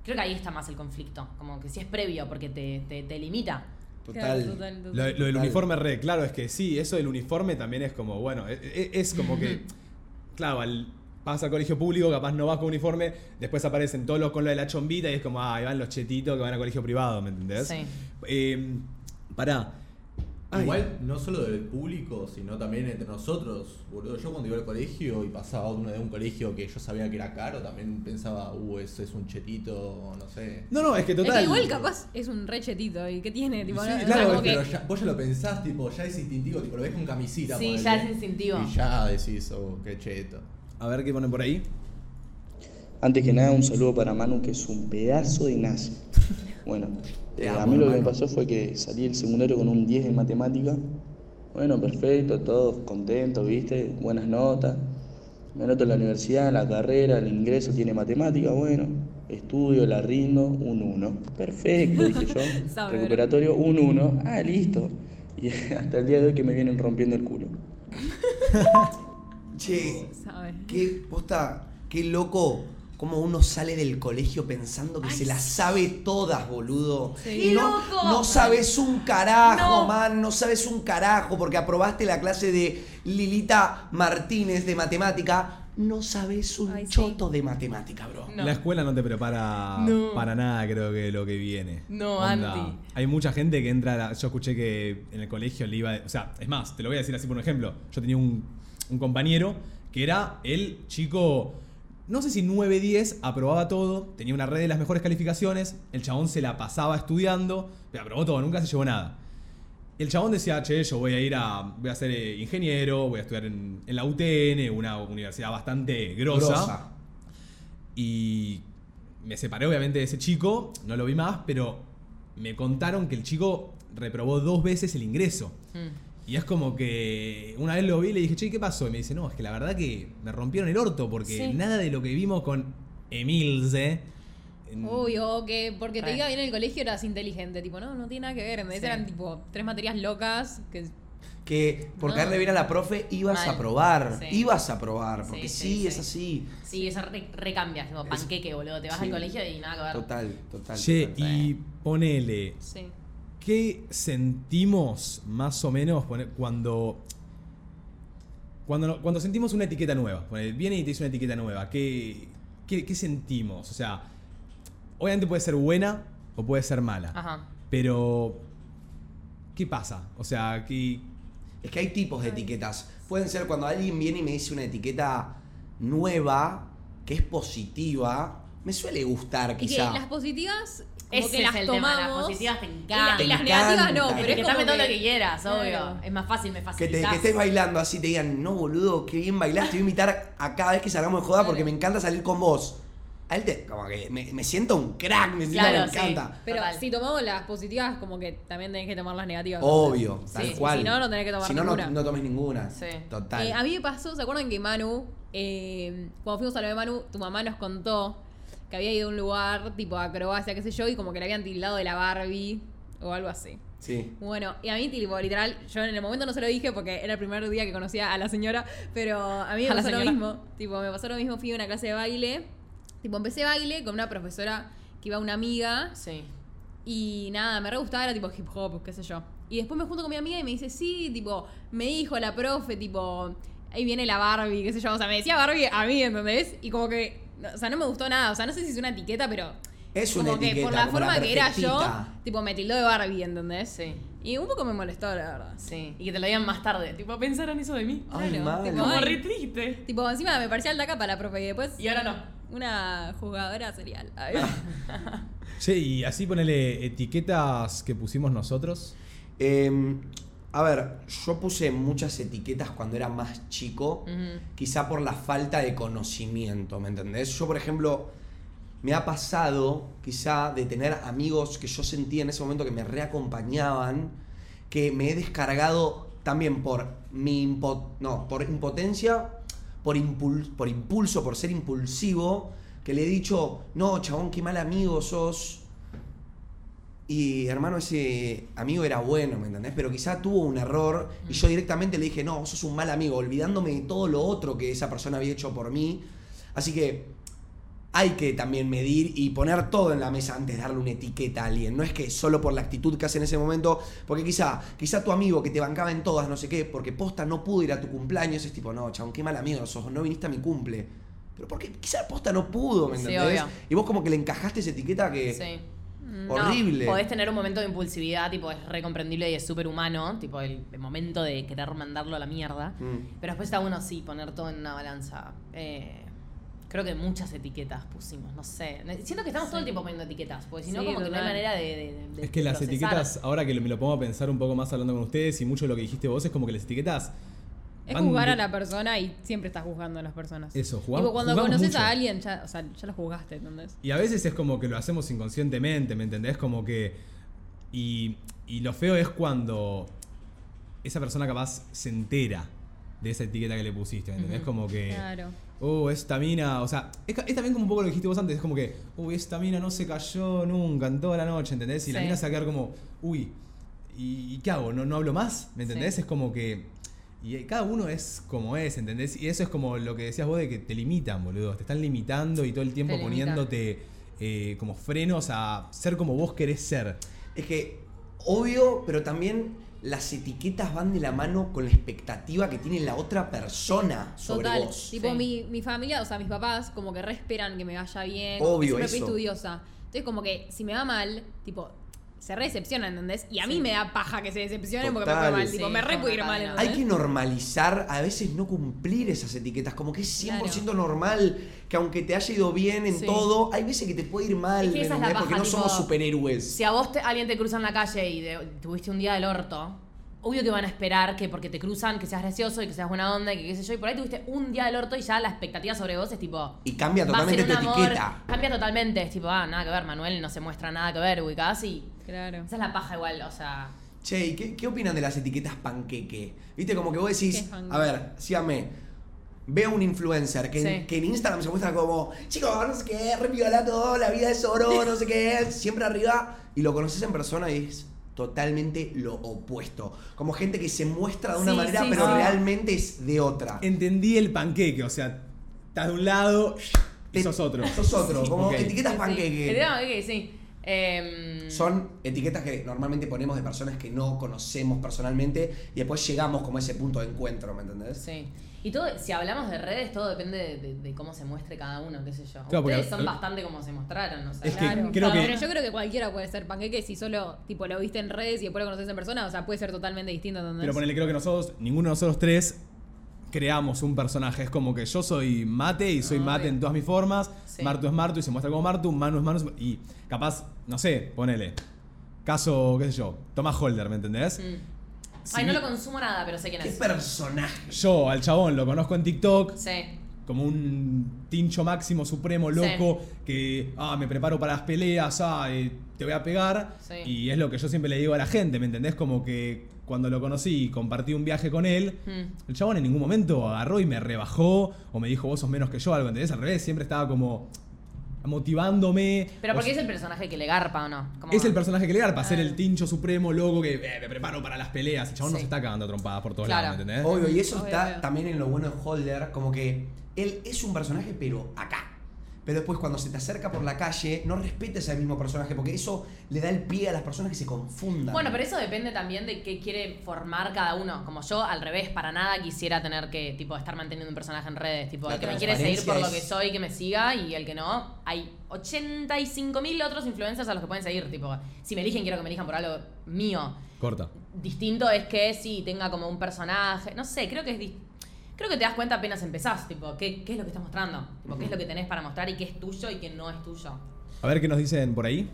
Creo que ahí está más el conflicto. Como que si es previo, porque te limita. Total. Claro, total. Lo del Total. uniforme claro, es que sí, eso del uniforme también es como, bueno, es como que, claro, vas al colegio público, capaz no vas con uniforme, después aparecen todos los con lo de la chombita y es como, ahí van los chetitos que van a colegio privado, ¿me entendés? Sí. Pará. Ay. Igual, no solo del público, sino también entre nosotros, boludo. Yo cuando iba al colegio y pasaba uno de un colegio que yo sabía que era caro, también pensaba, ese es un chetito, no sé. No, es que Es total. que igual capaz es un re chetito. ¿Y qué tiene? Tipo, Sí, no- o sea, claro, como pero que- vos ya lo pensás, tipo, ya es instintivo, tipo, lo ves con camisita. Sí, ponele, ya es instintivo. Y ya decís, qué cheto. A ver qué ponen por ahí. Antes que nada, un saludo para Manu, que es un pedazo de nazi. Bueno, a mí lo que me pasó fue que salí del secundario con un 10 en matemática. Bueno, perfecto, todos contentos, ¿viste? Buenas notas. Me anoto en la universidad, en la carrera, el ingreso tiene matemática, bueno. Estudio, la rindo, un 1. Perfecto, dije yo. Saber. Recuperatorio, un 1. Ah, listo. Y hasta el día de hoy que me vienen rompiendo el culo. Che, ¿Sabe? qué loco cómo uno sale del colegio pensando que se las sabe todas, boludo. Sí. Y ¡Qué no, loco! no sabes un carajo, No. man, no sabes un carajo, porque aprobaste la clase de Lilita Martínez de matemática. No sabes un Ay, sí. choto de matemática, bro. No. La escuela no te prepara No. para nada, creo que lo que viene. No, anti. Hay mucha gente que entra. Yo escuché que en el colegio le iba. O sea, es más, te lo voy a decir así por un ejemplo. Yo tenía un compañero que era el chico. No sé si 9-10, aprobaba todo, tenía una red de las mejores calificaciones, el chabón se la pasaba estudiando, pero aprobó todo, nunca se llevó nada. El chabón decía, che, yo voy a ser ingeniero, voy a estudiar en la UTN, una universidad bastante grosa. Y me separé obviamente de ese chico, no lo vi más, pero me contaron que el chico reprobó 2 veces el ingreso. Y es como que una vez lo vi y le dije, che, ¿qué pasó? Y me dice, no, es que la verdad que me rompieron el orto porque Sí. nada de lo que vimos con Emilce. Obvio, que porque te Re. iba bien en el colegio eras inteligente. Tipo, no tiene nada que ver. En vez Sí. eran tipo 3 materias locas que... Que por No. caerle bien a la profe ibas Mal. a aprobar. Sí. Ibas a aprobar, Sí, porque sí, sí, sí. es así. Sí, eso recambia, tipo panqueque, boludo. Te vas Sí. al colegio y nada que ver. Total. Che, total. y ponele, Sí. ¿qué sentimos más o menos cuando sentimos una etiqueta nueva? Ponele, viene y te dice una etiqueta nueva. ¿Qué sentimos? O sea, obviamente puede ser buena o puede ser mala. Ajá. Pero, ¿qué pasa? O sea, ¿qué, Es que hay tipos de etiquetas. Pueden ser cuando alguien viene y me dice una etiqueta nueva, que es positiva, me suele gustar Y que quizá. las positivas, como Ese que es las el tema, tomamos. las positivas te y encantan. las Te negativas no, encanta. pero es Etiquetame como todo que... lo que quieras, Claro. obvio. Es más fácil, me Que facilitas. estés bailando así, te digan, no boludo, qué bien bailaste, te voy a invitar a cada vez que salgamos de joda porque me encanta salir con vos. A él como que me siento un crack, me Claro, me sí. encanta. Pero Total. si tomamos las positivas, como que también tenés que tomar las negativas. Obvio, Sí, tal sí, cual. si no, no tenés que tomar Si no, ninguna. no tomes ninguna. Sí. Total. A mí me pasó, ¿se acuerdan que Manu, cuando fuimos a lo de Manu, tu mamá nos contó que había ido a un lugar tipo a Croacia, qué sé yo, y como que le habían tildado de la Barbie o algo así. Sí. Bueno, y a mí, tipo, literal, yo en el momento no se lo dije porque era el primer día que conocía a la señora, pero a mí me ¿A la pasó lo señora? mismo. Tipo, me pasó lo mismo, fui a una clase de baile. Tipo, empecé baile con una profesora que iba una amiga. Sí. Y nada, me re gustaba, era tipo hip hop, qué sé yo. Y después me junto con mi amiga y me dice, sí, tipo, me dijo la profe, tipo, ahí viene la Barbie, qué sé yo. O sea, me decía Barbie a mí, ¿entendés? Y como que, o sea, no me gustó nada. O sea, no sé si es una etiqueta, pero... Es una como que etiqueta, por la como la forma que era yo, perfectita. tipo, me tildó de Barbie, ¿entendés? Sí. Y un poco me molestó, la verdad. Sí. Y que te lo digan más tarde. Tipo, pensaron eso de mí. Ay, Claro, mal. tipo, Como ay. re triste. Tipo, encima me parecía alta capa la profe y después Y ahora no. una jugadora serial. Ay. Che, y así ponele etiquetas que pusimos nosotros? A ver, yo puse muchas etiquetas cuando era más chico, quizá por la falta de conocimiento, ¿me entendés? Yo, por ejemplo, me ha pasado quizá de tener amigos que yo sentía en ese momento que me reacompañaban, que me he descargado también por por impotencia, por impulso, por ser impulsivo, que le he dicho, no, chabón, qué mal amigo sos. Y hermano, ese amigo era bueno, ¿me entendés? Pero quizá tuvo un error y yo directamente le dije, no, sos un mal amigo, olvidándome de todo lo otro que esa persona había hecho por mí. Así que hay que también medir y poner todo en la mesa antes de darle una etiqueta a alguien. No es que solo por la actitud que hace en ese momento, porque quizá tu amigo que te bancaba en todas, no sé qué, porque posta no pudo ir a tu cumpleaños, es tipo, no, chabón, qué mal amigo sos, no viniste a mi cumple. Pero porque quizá posta no pudo, ¿me Sí, entendés? obvio. Y vos como que le encajaste esa etiqueta que... Sí. Horrible. No, podés tener un momento de impulsividad, tipo, es recomprendible y es súper humano, tipo, el momento de querer mandarlo a la mierda. Pero después está bueno, sí, poner todo en una balanza. Creo que muchas etiquetas pusimos, no sé. Siento que estamos todo el tiempo poniendo etiquetas, porque si no, Sí, como que no hay total. manera de Es que las procesar. etiquetas, ahora que me lo pongo a pensar un poco más hablando con ustedes y mucho de lo que dijiste vos, es como que las etiquetas... Es van juzgar de- a la persona y siempre estás juzgando a las personas. Eso, Tipo, cuando jugamos conoces mucho. a alguien, ya lo juzgaste, ¿entendés? Y a veces es como que lo hacemos inconscientemente, ¿me entendés? Como que... Y lo feo es cuando esa persona capaz se entera de esa etiqueta que le pusiste, ¿me entendés? Como que... Claro. Esta mina, o sea, es también como un poco lo que dijiste vos antes, es como que, esta mina no se cayó nunca en toda la noche, ¿entendés? Y la Sí. mina se va a quedar como, ¿y qué hago? ¿No hablo más? ¿Me entendés? Sí. Es como que... Y cada uno es como es, ¿entendés? Y eso es como lo que decías vos de que te limitan, boludo. Te están limitando y todo el tiempo Te limitan. poniéndote como frenos a ser como vos querés ser. Es que, obvio, pero también las etiquetas van de la mano con la expectativa que tiene la otra persona sobre Total. vos. Tipo, Sí. mi familia, o sea, mis papás, como que re esperan que me vaya bien. Obvio, como que siempre fui eso. estudiosa. Entonces, como que si me va mal, tipo, se re decepcionan, ¿entendés? Y a mí me da paja que se decepcionen porque me Total. fue mal. Tipo, Sí, me re como puede ir una mal, cadena. ¿entendés? Hay que normalizar a veces no cumplir esas etiquetas, como que es 100% Claro. normal que aunque te haya ido bien en Sí. todo, hay veces que te puede ir mal, Es que ¿me esa es la entendés? Porque paja, no tipo, somos superhéroes. Si a vos alguien te cruza en la calle y tuviste un día del orto, obvio que van a esperar que porque te cruzan que seas gracioso y que seas buena onda y que qué sé yo, y por ahí tuviste un día del orto y ya la expectativa sobre vos es tipo... Y cambia va a ser totalmente tu un amor, etiqueta. Cambia totalmente, es tipo, nada que ver, Manuel no se muestra nada que ver, ubicás y... Claro. Esa es la paja igual, o sea... Che, ¿y qué opinan de las etiquetas panqueque? Viste, como que vos ¿Qué decís, es panqueque? a ver, síganme. Veo un influencer que, Sí. que en Instagram se muestra como, chicos, no sé qué, re piola todo, la vida es oro, no sé qué, siempre arriba. Y lo conoces en persona y es totalmente lo opuesto. Como gente que se muestra de una Sí, manera, sí, pero sí. realmente es de otra. Entendí el panqueque, o sea, estás de un lado y sos otro. Sos otro, como Ok. etiquetas Sí, panqueque. el tema panqueque, sí. Son etiquetas que normalmente ponemos de personas que no conocemos personalmente y después llegamos como a ese punto de encuentro, ¿me entendés? Sí. Y todo, si hablamos de redes, todo depende de cómo se muestre cada uno, qué sé yo. Claro, porque Ustedes son bastante como se mostraron, o sea. Es que Claro. creo que- Pero yo creo que cualquiera puede ser panqueque si solo tipo lo viste en redes y después lo conoces en persona. O sea, puede ser totalmente distinto, ¿entendés? Pero ponele, creo que ninguno de nosotros tres creamos un personaje. Es como que yo soy Mate y soy Obvio. Mate en todas mis formas. Sí. Martu es Martu y se muestra como Martu. Manu es Manu. Y capaz, no sé, ponele. Caso, qué sé yo, Tomás Holder, ¿me entendés? Si Ay, no vi- lo consumo nada, pero sé quién ¿Qué es. personaje? Yo al chabón lo conozco en TikTok. Sí. Como un tincho máximo supremo loco que me preparo para las peleas, te voy a pegar. Sí. Y es lo que yo siempre le digo a la gente, ¿me entendés? Como que cuando lo conocí y compartí un viaje con él, el chabón en ningún momento agarró y me rebajó o me dijo vos sos menos que yo, algo, ¿entendés? Al revés, siempre estaba como motivándome. Pero O porque sea, es el personaje que le garpa o no. Como- es el personaje que le da para ser el tincho supremo loco que me preparo para las peleas. El chabón no Sí. se está cagando a trompadas por todos Claro. lados, ¿me entendés? Obvio, y eso Obvio, está obvio. también en lo bueno de Holder, como que él es un personaje, pero acá. Pero después cuando se te acerca por la calle, no respetes al mismo personaje, porque eso le da el pie a las personas que se confundan. Bueno, pero eso depende también de qué quiere formar cada uno. Como yo, al revés, para nada quisiera tener que tipo estar manteniendo un personaje en redes. Tipo, La el que me quiere seguir por lo que transparencia soy, que me siga, y el que no, hay 85.000 otros influencers a los que pueden seguir. Tipo, si me eligen, quiero que me elijan por algo mío. Corta. Distinto es que sí tenga como un personaje. No sé, creo que creo que te das cuenta apenas empezás, tipo, qué es lo que estás mostrando, tipo, qué es lo que tenés para mostrar y qué es tuyo y qué no es tuyo. A ver qué nos dicen por ahí.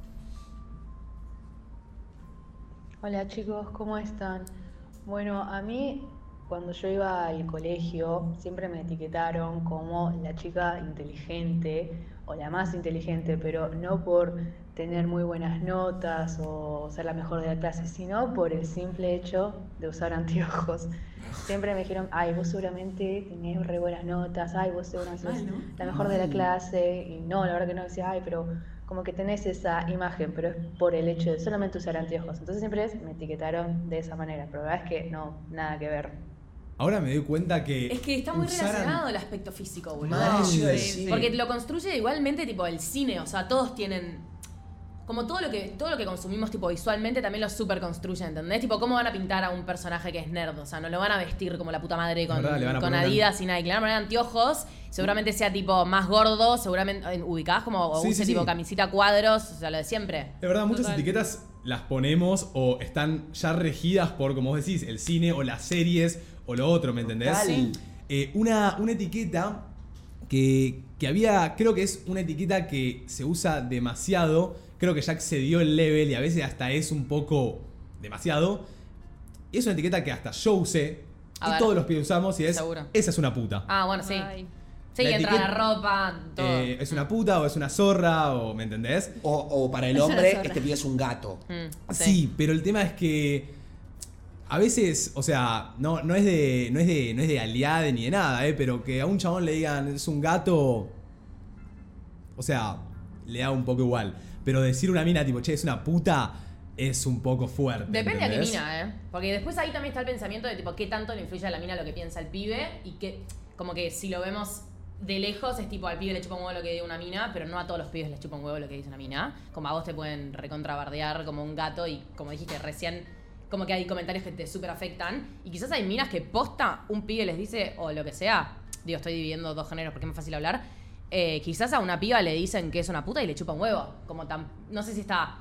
Hola chicos, ¿cómo están? Bueno, a mí cuando yo iba al colegio siempre me etiquetaron como la chica inteligente o la más inteligente, pero no por tener muy buenas notas o ser la mejor de la clase, sino por el simple hecho de usar anteojos. Siempre me dijeron, ay, vos seguramente tenés re buenas notas, ay, vos seguramente sos la mejor de la clase, y no, la verdad que no, decía, ay, pero como que tenés esa imagen, pero es por el hecho de solamente usar anteojos. Entonces siempre me etiquetaron de esa manera, pero la verdad es que no, nada que ver. ahora me doy cuenta que... Es que está muy relacionado el aspecto físico, boludo. Mal. Sí. Porque lo construye igualmente tipo el cine, o sea, todos tienen... Como todo lo que consumimos tipo visualmente también lo super construye, ¿entendés? Tipo, ¿cómo van a pintar a un personaje que es nerd? O sea, no lo van a vestir como la puta madre con Adidas y Nike. Le van a poner anteojos, seguramente sea tipo más gordo, seguramente ubicadas como o use tipo camisita cuadros, o sea, lo de siempre. De verdad, muchas etiquetas las ponemos o están ya regidas por, como vos decís, el cine o las series o lo otro, ¿me entendés? Sí. Una etiqueta que había, creo que es una etiqueta que se usa demasiado. Creo que ya excedió el level y a veces hasta es un poco demasiado. Y es una etiqueta que hasta yo usé y todos los pibes usamos y es... Seguro. Esa es una puta. Ah, bueno, sí. Ay. Sí, entra la ropa, todo. Es una puta o es una zorra o... ¿Me entendés? O para el Es una hombre, zorra. este pibe es un gato. Sí, pero el tema es que... A veces, o sea, no es de aliade ni de nada, pero que a un chabón le digan es un gato... O sea, le da un poco igual. Pero decir una mina tipo, che, es una puta, es un poco fuerte. Depende ¿entendés? a qué mina, Porque después ahí también está el pensamiento de tipo, qué tanto le influye a la mina lo que piensa el pibe y que, como que si lo vemos de lejos es tipo, al pibe le chupa un huevo lo que dice una mina, pero no a todos los pibes les chupa un huevo lo que dice una mina. Como a vos te pueden recontrabardear como un gato y como dijiste recién, como que hay comentarios que te súper afectan. Y quizás hay minas que posta un pibe les dice, o lo que sea, digo, estoy dividiendo dos géneros porque es más fácil hablar. Quizás a una piba le dicen que es una puta y le chupa un huevo. Como no sé si está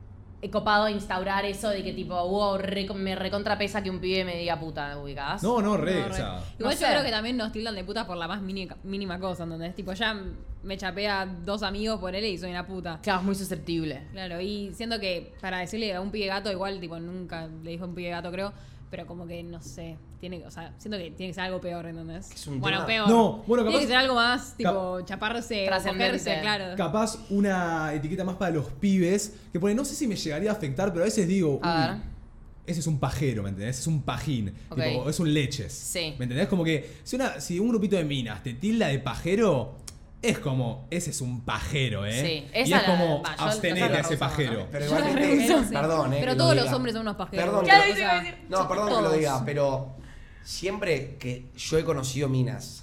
copado instaurar eso de que tipo, wow, me recontrapesa que un pibe me diga puta, ubicás. No, No, o re. sea... Igual No yo sé. creo que también nos tildan de puta por la más mínima cosa, ¿entendés? Tipo, ya me chapé a 2 amigos por él y soy una puta. Claro, es muy susceptible. Claro, y siento que para decirle a un pibe gato, igual, tipo, nunca le dijo a un pibe gato, creo, pero como que, no sé, o sea, siento que tiene que ser algo peor, ¿entendés? Es un Bueno, tema- peor. No, bueno, capaz- tiene que ser algo más, tipo, chaparse o Trascendente. cogerse, claro. Capaz una etiqueta más para los pibes, que pone, no sé si me llegaría a afectar, pero a veces digo, A ver. ese es un pajero, ¿me entendés? Es un pajín, Ok. tipo, es un leches. Sí. ¿Me entendés? Como que si un grupito de minas te tilda de pajero, es como, ese es un pajero, ¿eh? Sí, y esa es como, yo abstenete la a ese rehusaba, pajero. ¿no? Pero Yo la igualmente, rehuso, sí. perdón, Pero que todos lo los diga. hombres son unos pajeros. Perdón, Ya que lo lo- iba a decir. No, perdón que lo Todos. diga, pero siempre que yo he conocido minas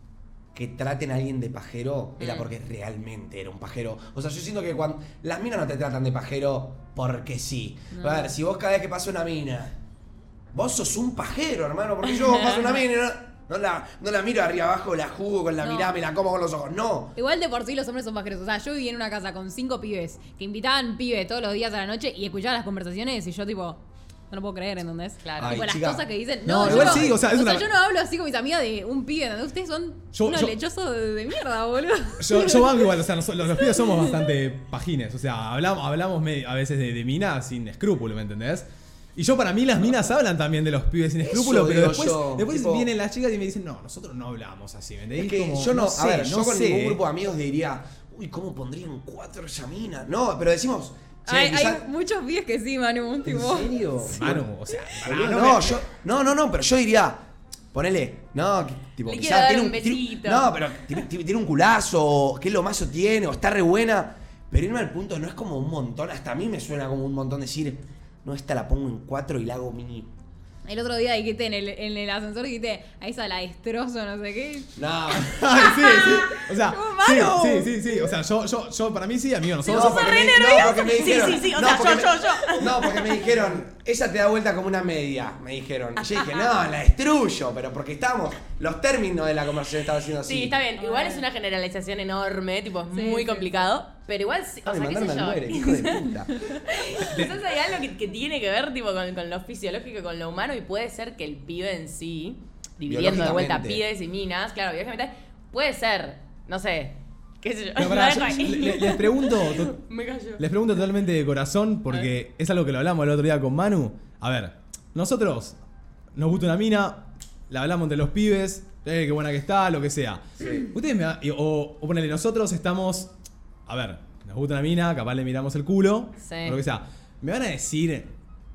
que traten a alguien de pajero, era porque realmente era un pajero. O sea, yo siento que cuando las minas no te tratan de pajero porque sí. No. A ver, si vos cada vez que pasa una mina, vos sos un pajero, hermano, porque yo paso una mina y no la miro arriba abajo, la jugo con la No. mirada, me la como con los ojos. No. Igual de por sí los hombres son pajeros. O sea, yo vivía en una casa con 5 pibes que invitaban pibes todos los días a la noche y escuchaba las conversaciones y yo tipo, no lo puedo creer, ¿entendés? Claro. Ay, Tipo, las chica. cosas que dicen. No, No, igual yo sí, o sea, es una- yo no hablo así con mis amigas de un pibe, ¿entendés? Ustedes son Yo- unos yo- lechosos de mierda, boludo. Yo banco igual, o sea, los pibes somos bastante pajines. O sea, hablamos a veces de minas sin escrúpulo, ¿me entendés? Y yo para mí las minas hablan también de los pibes sin escrúpulo, Eso pero digo después, yo, después tipo- vienen las chicas y me dicen, no, nosotros no hablamos así, ¿me entendés? Es que Como, yo no, sé, a ver, yo con sé. ningún grupo de amigos diría, uy, ¿cómo pondrían 4 esa mina? No, pero decimos, che, Hay quizás- muchos pibes que sí, Manu. ¿En Tipo, serio? Manu, o sea, Boludo, no, no, pero yo diría, ponele, no, tipo, Le quizás quiero dar tiene un un, tiene- besito. no, pero tiene un culazo, o qué lomazo tiene, o está re buena, pero irme al punto no es como un montón, hasta a mí me suena como un montón decir, no, esta la pongo en 4 y la hago mini. el otro día dijiste en el ascensor, dijiste, a esa la destrozo, no sé qué. No. Ay, sí. O sea, Manu. sí. O sea, yo para mí sí, amigo, No, nosotros. porque me dijeron, sí, o no, sea, porque yo. No, porque me dijeron, ella te da vuelta como una media, me dijeron. Y yo dije, no, la destruyo, pero porque estamos, los términos de la conversación estaban haciendo así. Sí, está bien. Igual es una generalización enorme, tipo, es Sí, muy sí. complicado. Pero igual, o Ah, me sea, qué sé mandaron al yo. muere, hijo de puta. Quizás hay algo que tiene que ver tipo, con lo fisiológico y con lo humano y puede ser que el pibe en sí, dividiendo de vuelta Biológicamente. pibes y minas, claro, biológicamente, puede ser, no sé, qué sé yo. Pero pará, Lo dejo ahí. les pregunto. Me callo. Les pregunto totalmente de corazón, porque es algo que lo hablamos el otro día con Manu. A ver, nosotros nos gusta una mina, la hablamos entre los pibes, qué buena que está, lo que sea. Ustedes o ponele, nosotros estamos. A ver, nos gusta una mina, capaz le miramos el culo, Sí. o lo que sea. Me van a decir,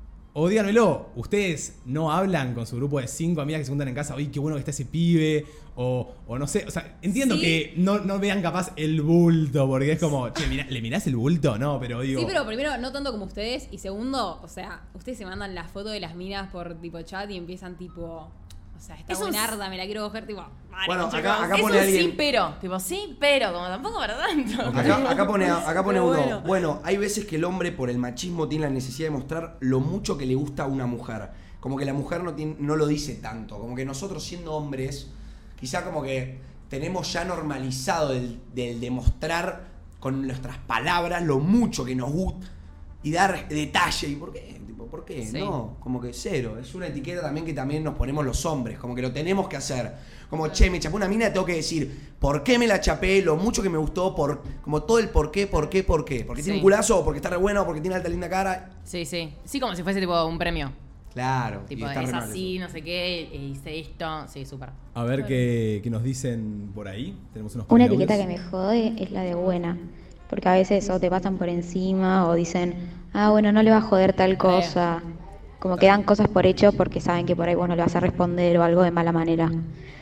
o díganmelo, ustedes no hablan con su grupo de 5 amigas que se juntan en casa, oye, qué bueno que está ese pibe, o no sé, o sea, entiendo Sí. que no vean capaz el bulto, porque es como, che, ¿le mirás el bulto? No, pero digo... Sí, pero primero, no tanto como ustedes. Y segundo, o sea, ustedes se mandan la foto de las minas por tipo chat y empiezan tipo. O O sea, esta Es un- buenarda, me la quiero coger, tipo. vale, Bueno, chicos. acá Es pone un alguien. sí, pero. Tipo, sí, pero. Como tampoco para tanto. Acá pone Pero uno. Bueno, hay veces que el hombre por el machismo tiene la necesidad de mostrar lo mucho que le gusta a una mujer. Como que la mujer no lo dice tanto. Como que nosotros siendo hombres, quizá como que tenemos ya normalizado el demostrar con nuestras palabras lo mucho que nos gusta y dar detalle. ¿Y por qué? Tipo, ¿por qué? Sí. No, como que cero. Es una etiqueta también que también nos ponemos los hombres. Como que lo tenemos que hacer. Como, che, me chapé una mina, tengo que decir por qué me la chapé, lo mucho que me gustó, como todo el por qué. Porque Sí. tiene un culazo, o porque está re bueno, o porque tiene alta linda cara. Sí, sí. Sí, como si fuese tipo un premio. Claro. y Tipo, está es re mal así, eso. no sé qué, hice esto. Sí, súper. A ver qué nos dicen por ahí. Tenemos unos Una audios. etiqueta que me jode es la de buena, porque a veces o te pasan por encima o dicen, bueno, no le va a joder tal cosa. Como que dan cosas por hecho porque saben que por ahí vos no le vas a responder o algo de mala manera.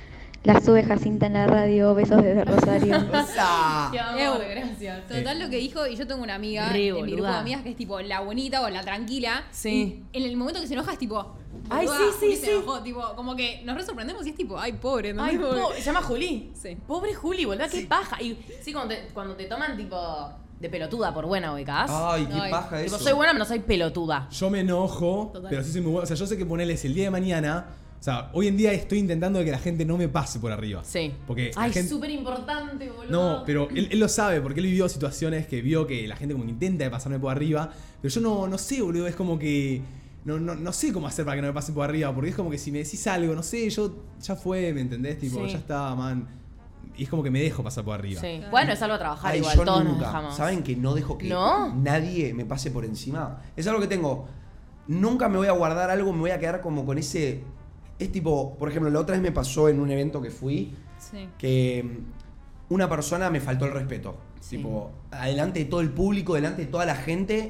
La sube Jacinta en la radio, besos desde Rosario. ¡Osa! Qué amor, gracias. Total lo que dijo, y yo tengo una amiga Re en mi grupo de boluda. amigas que es tipo la bonita o la tranquila. Sí. Y en el momento que se enoja es tipo. Ay, boluda, sí, sí, Juli se sí. enojó, tipo, como que nos re sorprendemos y es tipo, ay, pobre, ¿no? Ay, se llama Juli. Sí. Pobre Juli, boludo, qué paja. Y sí, cuando te toman tipo de pelotuda por buena, ubicás. Ay, qué Ay, paja Tipo, eso. soy buena, pero no soy pelotuda. Yo me enojo, Total. pero sí soy muy bueno. O sea, yo sé que ponerles el día de mañana. O sea, hoy en día estoy intentando de que la gente no me pase por arriba. Sí. Porque la Ay, gente... súper importante, boludo. No, pero él lo sabe, porque él vivió situaciones que vio que la gente como que intenta de pasarme por arriba. Pero yo no sé, boludo, es como que... No sé cómo hacer para que no me pasen por arriba, porque es como que si me decís algo, no sé, yo ya fue, ¿me entendés? Tipo, Sí. ya está, man. Y es como que me dejo pasar por arriba. Sí. Bueno, es algo a trabajar Ay, igual, yo todos nos nunca. dejamos. ¿Saben que no dejo que ¿No? nadie me pase por encima? Es algo que tengo. Nunca me voy a guardar algo, me voy a quedar como con ese... Es tipo, por ejemplo, la otra vez me pasó en un evento que fui, Sí. que una persona me faltó el respeto. Sí. Tipo, adelante de todo el público, delante de toda la gente,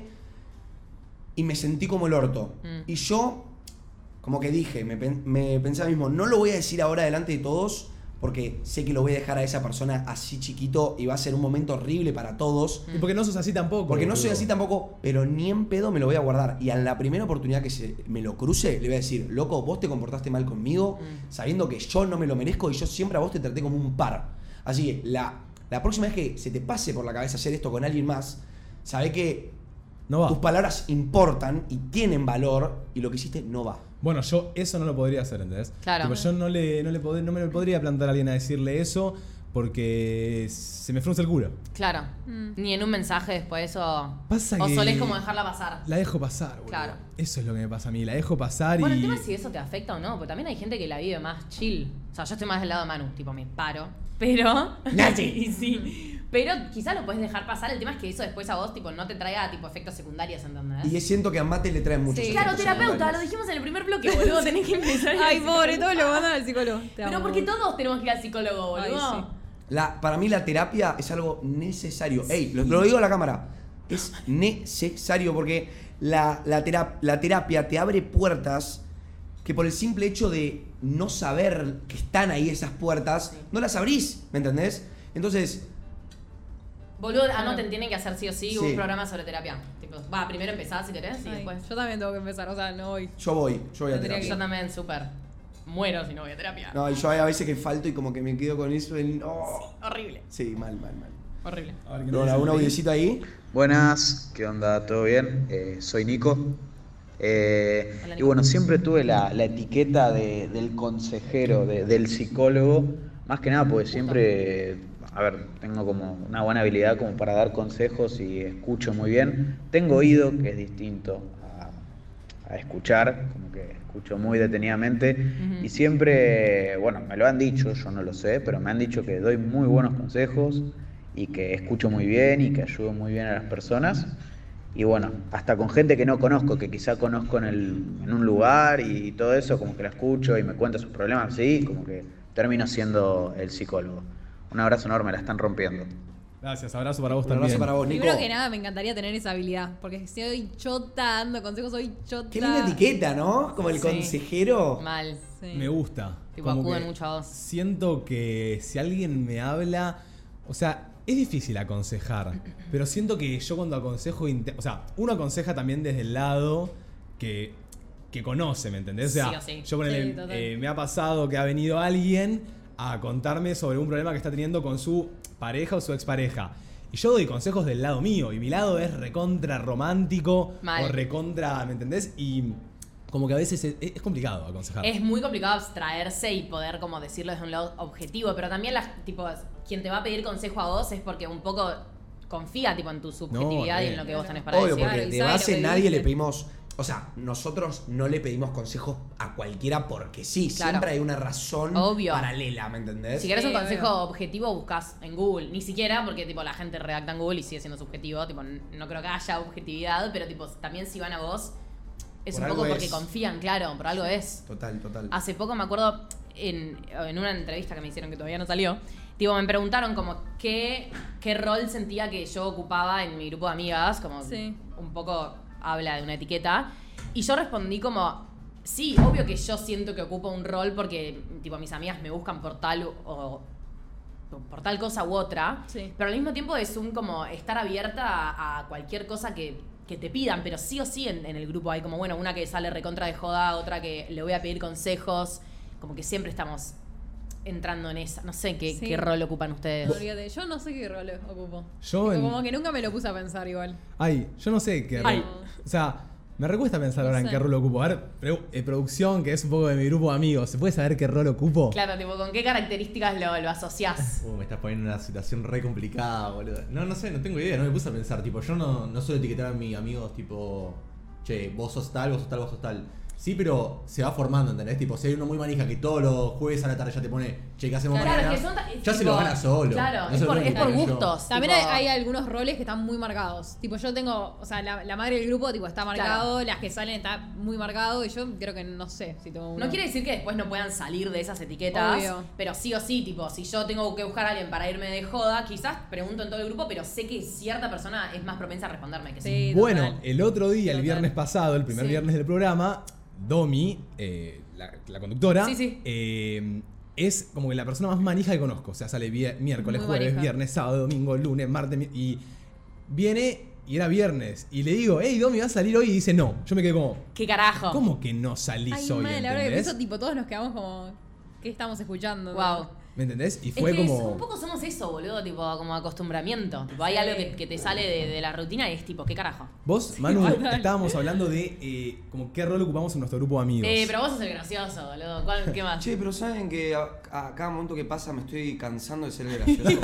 y me sentí como el orto. Mm. Y yo, como que dije, me pensaba mismo, no lo voy a decir ahora delante de todos, porque sé que lo voy a dejar a esa persona así chiquito y va a ser un momento horrible para todos. Y porque no sos así tampoco. Porque no soy boludo. así tampoco, pero ni en pedo me lo voy a guardar. Y a la primera oportunidad que me lo cruce, le voy a decir, loco, vos te comportaste mal conmigo, sabiendo que yo no me lo merezco y yo siempre a vos te traté como un par. Así que la próxima vez que se te pase por la cabeza hacer esto con alguien más, sabé que No va. tus palabras importan y tienen valor y lo que hiciste no va. Bueno, yo eso no lo podría hacer, ¿entendés? Claro. Tipo, yo no me lo podría plantar a alguien a decirle eso porque se me frunce el culo. Claro. Ni en un mensaje después o... Pasa o que- solés como dejarla pasar. La dejo pasar, boludo. Claro. Eso es lo que me pasa a mí. La dejo pasar Bueno, y... el tema es si eso te afecta o no, porque también hay gente que la vive más chill. O sea, yo estoy más del lado de Manu, tipo, me paro. Pero... Nazi. sí. Pero quizás lo puedes dejar pasar. El tema es que eso después a vos, tipo, no te traiga, tipo, efectos secundarios, ¿entendés? Y siento que a Mate le traen muchos Sí, efectos claro, terapeuta, secundarios. lo dijimos en el primer bloque, boludo. Tenés que empezar. a ir Ay, al pobre, psicólogo. todo lo mandan al psicólogo. Te Pero amo. porque todos tenemos que ir al psicólogo, Ay, boludo. sí. Para mí la terapia es algo necesario. Ey, lo digo a la cámara. Es necesario porque la terapia te abre puertas que por el simple hecho de no saber que están ahí esas puertas, no las abrís, ¿me entendés? Entonces, Boludo, anoten, tienen que hacer sí o sí, Sí. un programa sobre terapia. Tipo, va, primero empezás si querés y Ay, después. yo también tengo que empezar, o sea, no voy. yo voy a Tendría terapia. Yo también, súper. Muero si no voy a terapia. No, y yo hay a veces que falto y como que me quedo con eso. Horrible. Sí, mal. Horrible. A ver, ¿qué nos Lola, dicen un por ahí? audiocito ahí. Buenas, ¿qué onda? ¿Todo bien? Soy Nico. Hola, Y Nico. bueno, siempre tuve la etiqueta del consejero, del psicólogo, más que nada porque siempre, a ver, tengo como una buena habilidad como para dar consejos y escucho muy bien. Tengo oído, que es distinto a escuchar, como que escucho muy detenidamente y siempre, bueno, me lo han dicho, yo no lo sé, pero me han dicho que doy muy buenos consejos y que escucho muy bien y que ayudo muy bien a las personas. Y bueno, hasta con gente que no conozco, que quizá conozco en un lugar y todo eso, como que la escucho y me cuenta sus problemas, sí, como que termino siendo el psicólogo. Un abrazo enorme, la están rompiendo. Gracias, abrazo para vos Un también. abrazo para vos, Nico. Primero que nada, me encantaría tener esa habilidad. Porque si soy chota dando consejos, soy chota. Qué linda etiqueta, ¿no? Como el Sí. consejero. Mal. Sí. Me gusta. Tipo, Como acuden que mucho a vos. Siento que si alguien me habla, o sea, es difícil aconsejar, pero siento que yo cuando aconsejo, o sea, uno aconseja también desde el lado que que conoce, ¿me entendés? O sea, Sí o sí. yo ponele, Sí, total. me ha pasado que ha venido alguien a contarme sobre un problema que está teniendo con su pareja o su expareja. Y yo doy consejos del lado mío, y mi lado es recontra romántico Mal. o recontra, ¿me entendés? Y como que a veces es complicado aconsejar. Es muy complicado abstraerse y poder como decirlo desde un lado objetivo, pero también tipo, quien te va a pedir consejo a vos es porque un poco confía tipo en tu subjetividad y en lo que vos tenés para Obvio, decir. porque Claro, y de sabe base lo que nadie dice. le pedimos. O sea, nosotros no le pedimos consejos a cualquiera porque sí. Claro. Siempre hay una razón Obvio. paralela, ¿me entendés? Si querés un Sí, consejo obvio. objetivo, buscas en Google. Ni siquiera porque tipo la gente redacta en Google y sigue siendo subjetivo. Tipo, no creo que haya objetividad, pero tipo también si van a vos, es Por un poco algo porque es. confían, claro, por algo es. Total. Hace poco me acuerdo en una entrevista que me hicieron que todavía no salió, tipo me preguntaron como qué rol sentía que yo ocupaba en mi grupo de amigas, como Sí. un poco habla de una etiqueta, y yo respondí como sí, obvio que yo siento que ocupo un rol porque tipo mis amigas me buscan por tal o por tal cosa u otra, Sí. pero al mismo tiempo es un como estar abierta a cualquier cosa que te pidan, pero sí o sí en el grupo hay como, bueno, una que sale recontra de joda, otra que le voy a pedir consejos, como que siempre estamos entrando en esa. No sé qué, Sí. qué rol ocupan ustedes. Olvídate, yo no sé qué rol ocupo. Yo Tipo, en- como que nunca me lo puse a pensar igual. Ay, yo no sé qué Ay. rol. O sea, me recuesta pensar No ahora en sé. qué rol ocupo. A ver, producción, que es un poco de mi grupo de amigos, ¿se puede saber qué rol ocupo? Claro, tipo, ¿con qué características lo asociás? Me estás poniendo en una situación re complicada, boludo. No sé, no tengo idea, no me puse a pensar. Tipo, yo no suelo etiquetar a mis amigos, tipo, che, vos sos tal, vos sos tal, vos sos tal. Sí, pero se va formando, ¿entendés? Tipo, si hay uno muy manija que todos los jueves a la tarde ya te pone, che, ¿qué hacemos Claro, mañana? es que son ya se lo gana solo. Claro, No es se lo por, tengo es que por poner yo. gustos. También tipo- hay algunos roles que están muy marcados. Tipo, yo tengo, o sea, la madre del grupo tipo está marcado, las que salen está muy marcado y yo creo que no sé si tengo uno. No quiere decir que después no puedan salir de esas etiquetas, Obvio. pero sí o sí, tipo, si yo tengo que buscar a alguien para irme de joda, quizás pregunto en todo el grupo, pero sé que cierta persona es más propensa a responderme que sí. Sí, Bueno, total. el otro día, el Total. viernes pasado, el primer Sí. viernes del programa, Domi, la conductora, Sí, sí. es como que la persona más manija que conozco. O sea, sale miércoles, Muy jueves, manija. viernes, sábado, domingo, lunes, martes, y viene y era viernes. Y le digo, hey, Domi, ¿vas a salir hoy? Y dice, no. Yo me quedé como, ¿Qué carajo? ¿cómo que no salís Ay, hoy? madre, la verdad que ¿Entendés? eso tipo todos nos quedamos como ¿qué estamos escuchando? Wow. ¿Me entendés? Y Es fue que como... un poco somos eso, boludo, tipo, como acostumbramiento. Tipo, hay algo que te sale de la rutina y es tipo, ¿qué carajo? Vos, Manu, total. estábamos hablando de como qué rol ocupamos en nuestro grupo de amigos. Pero vos sos el gracioso, boludo. ¿Qué más? Che, pero saben que a cada momento que pasa me estoy cansando de ser el gracioso.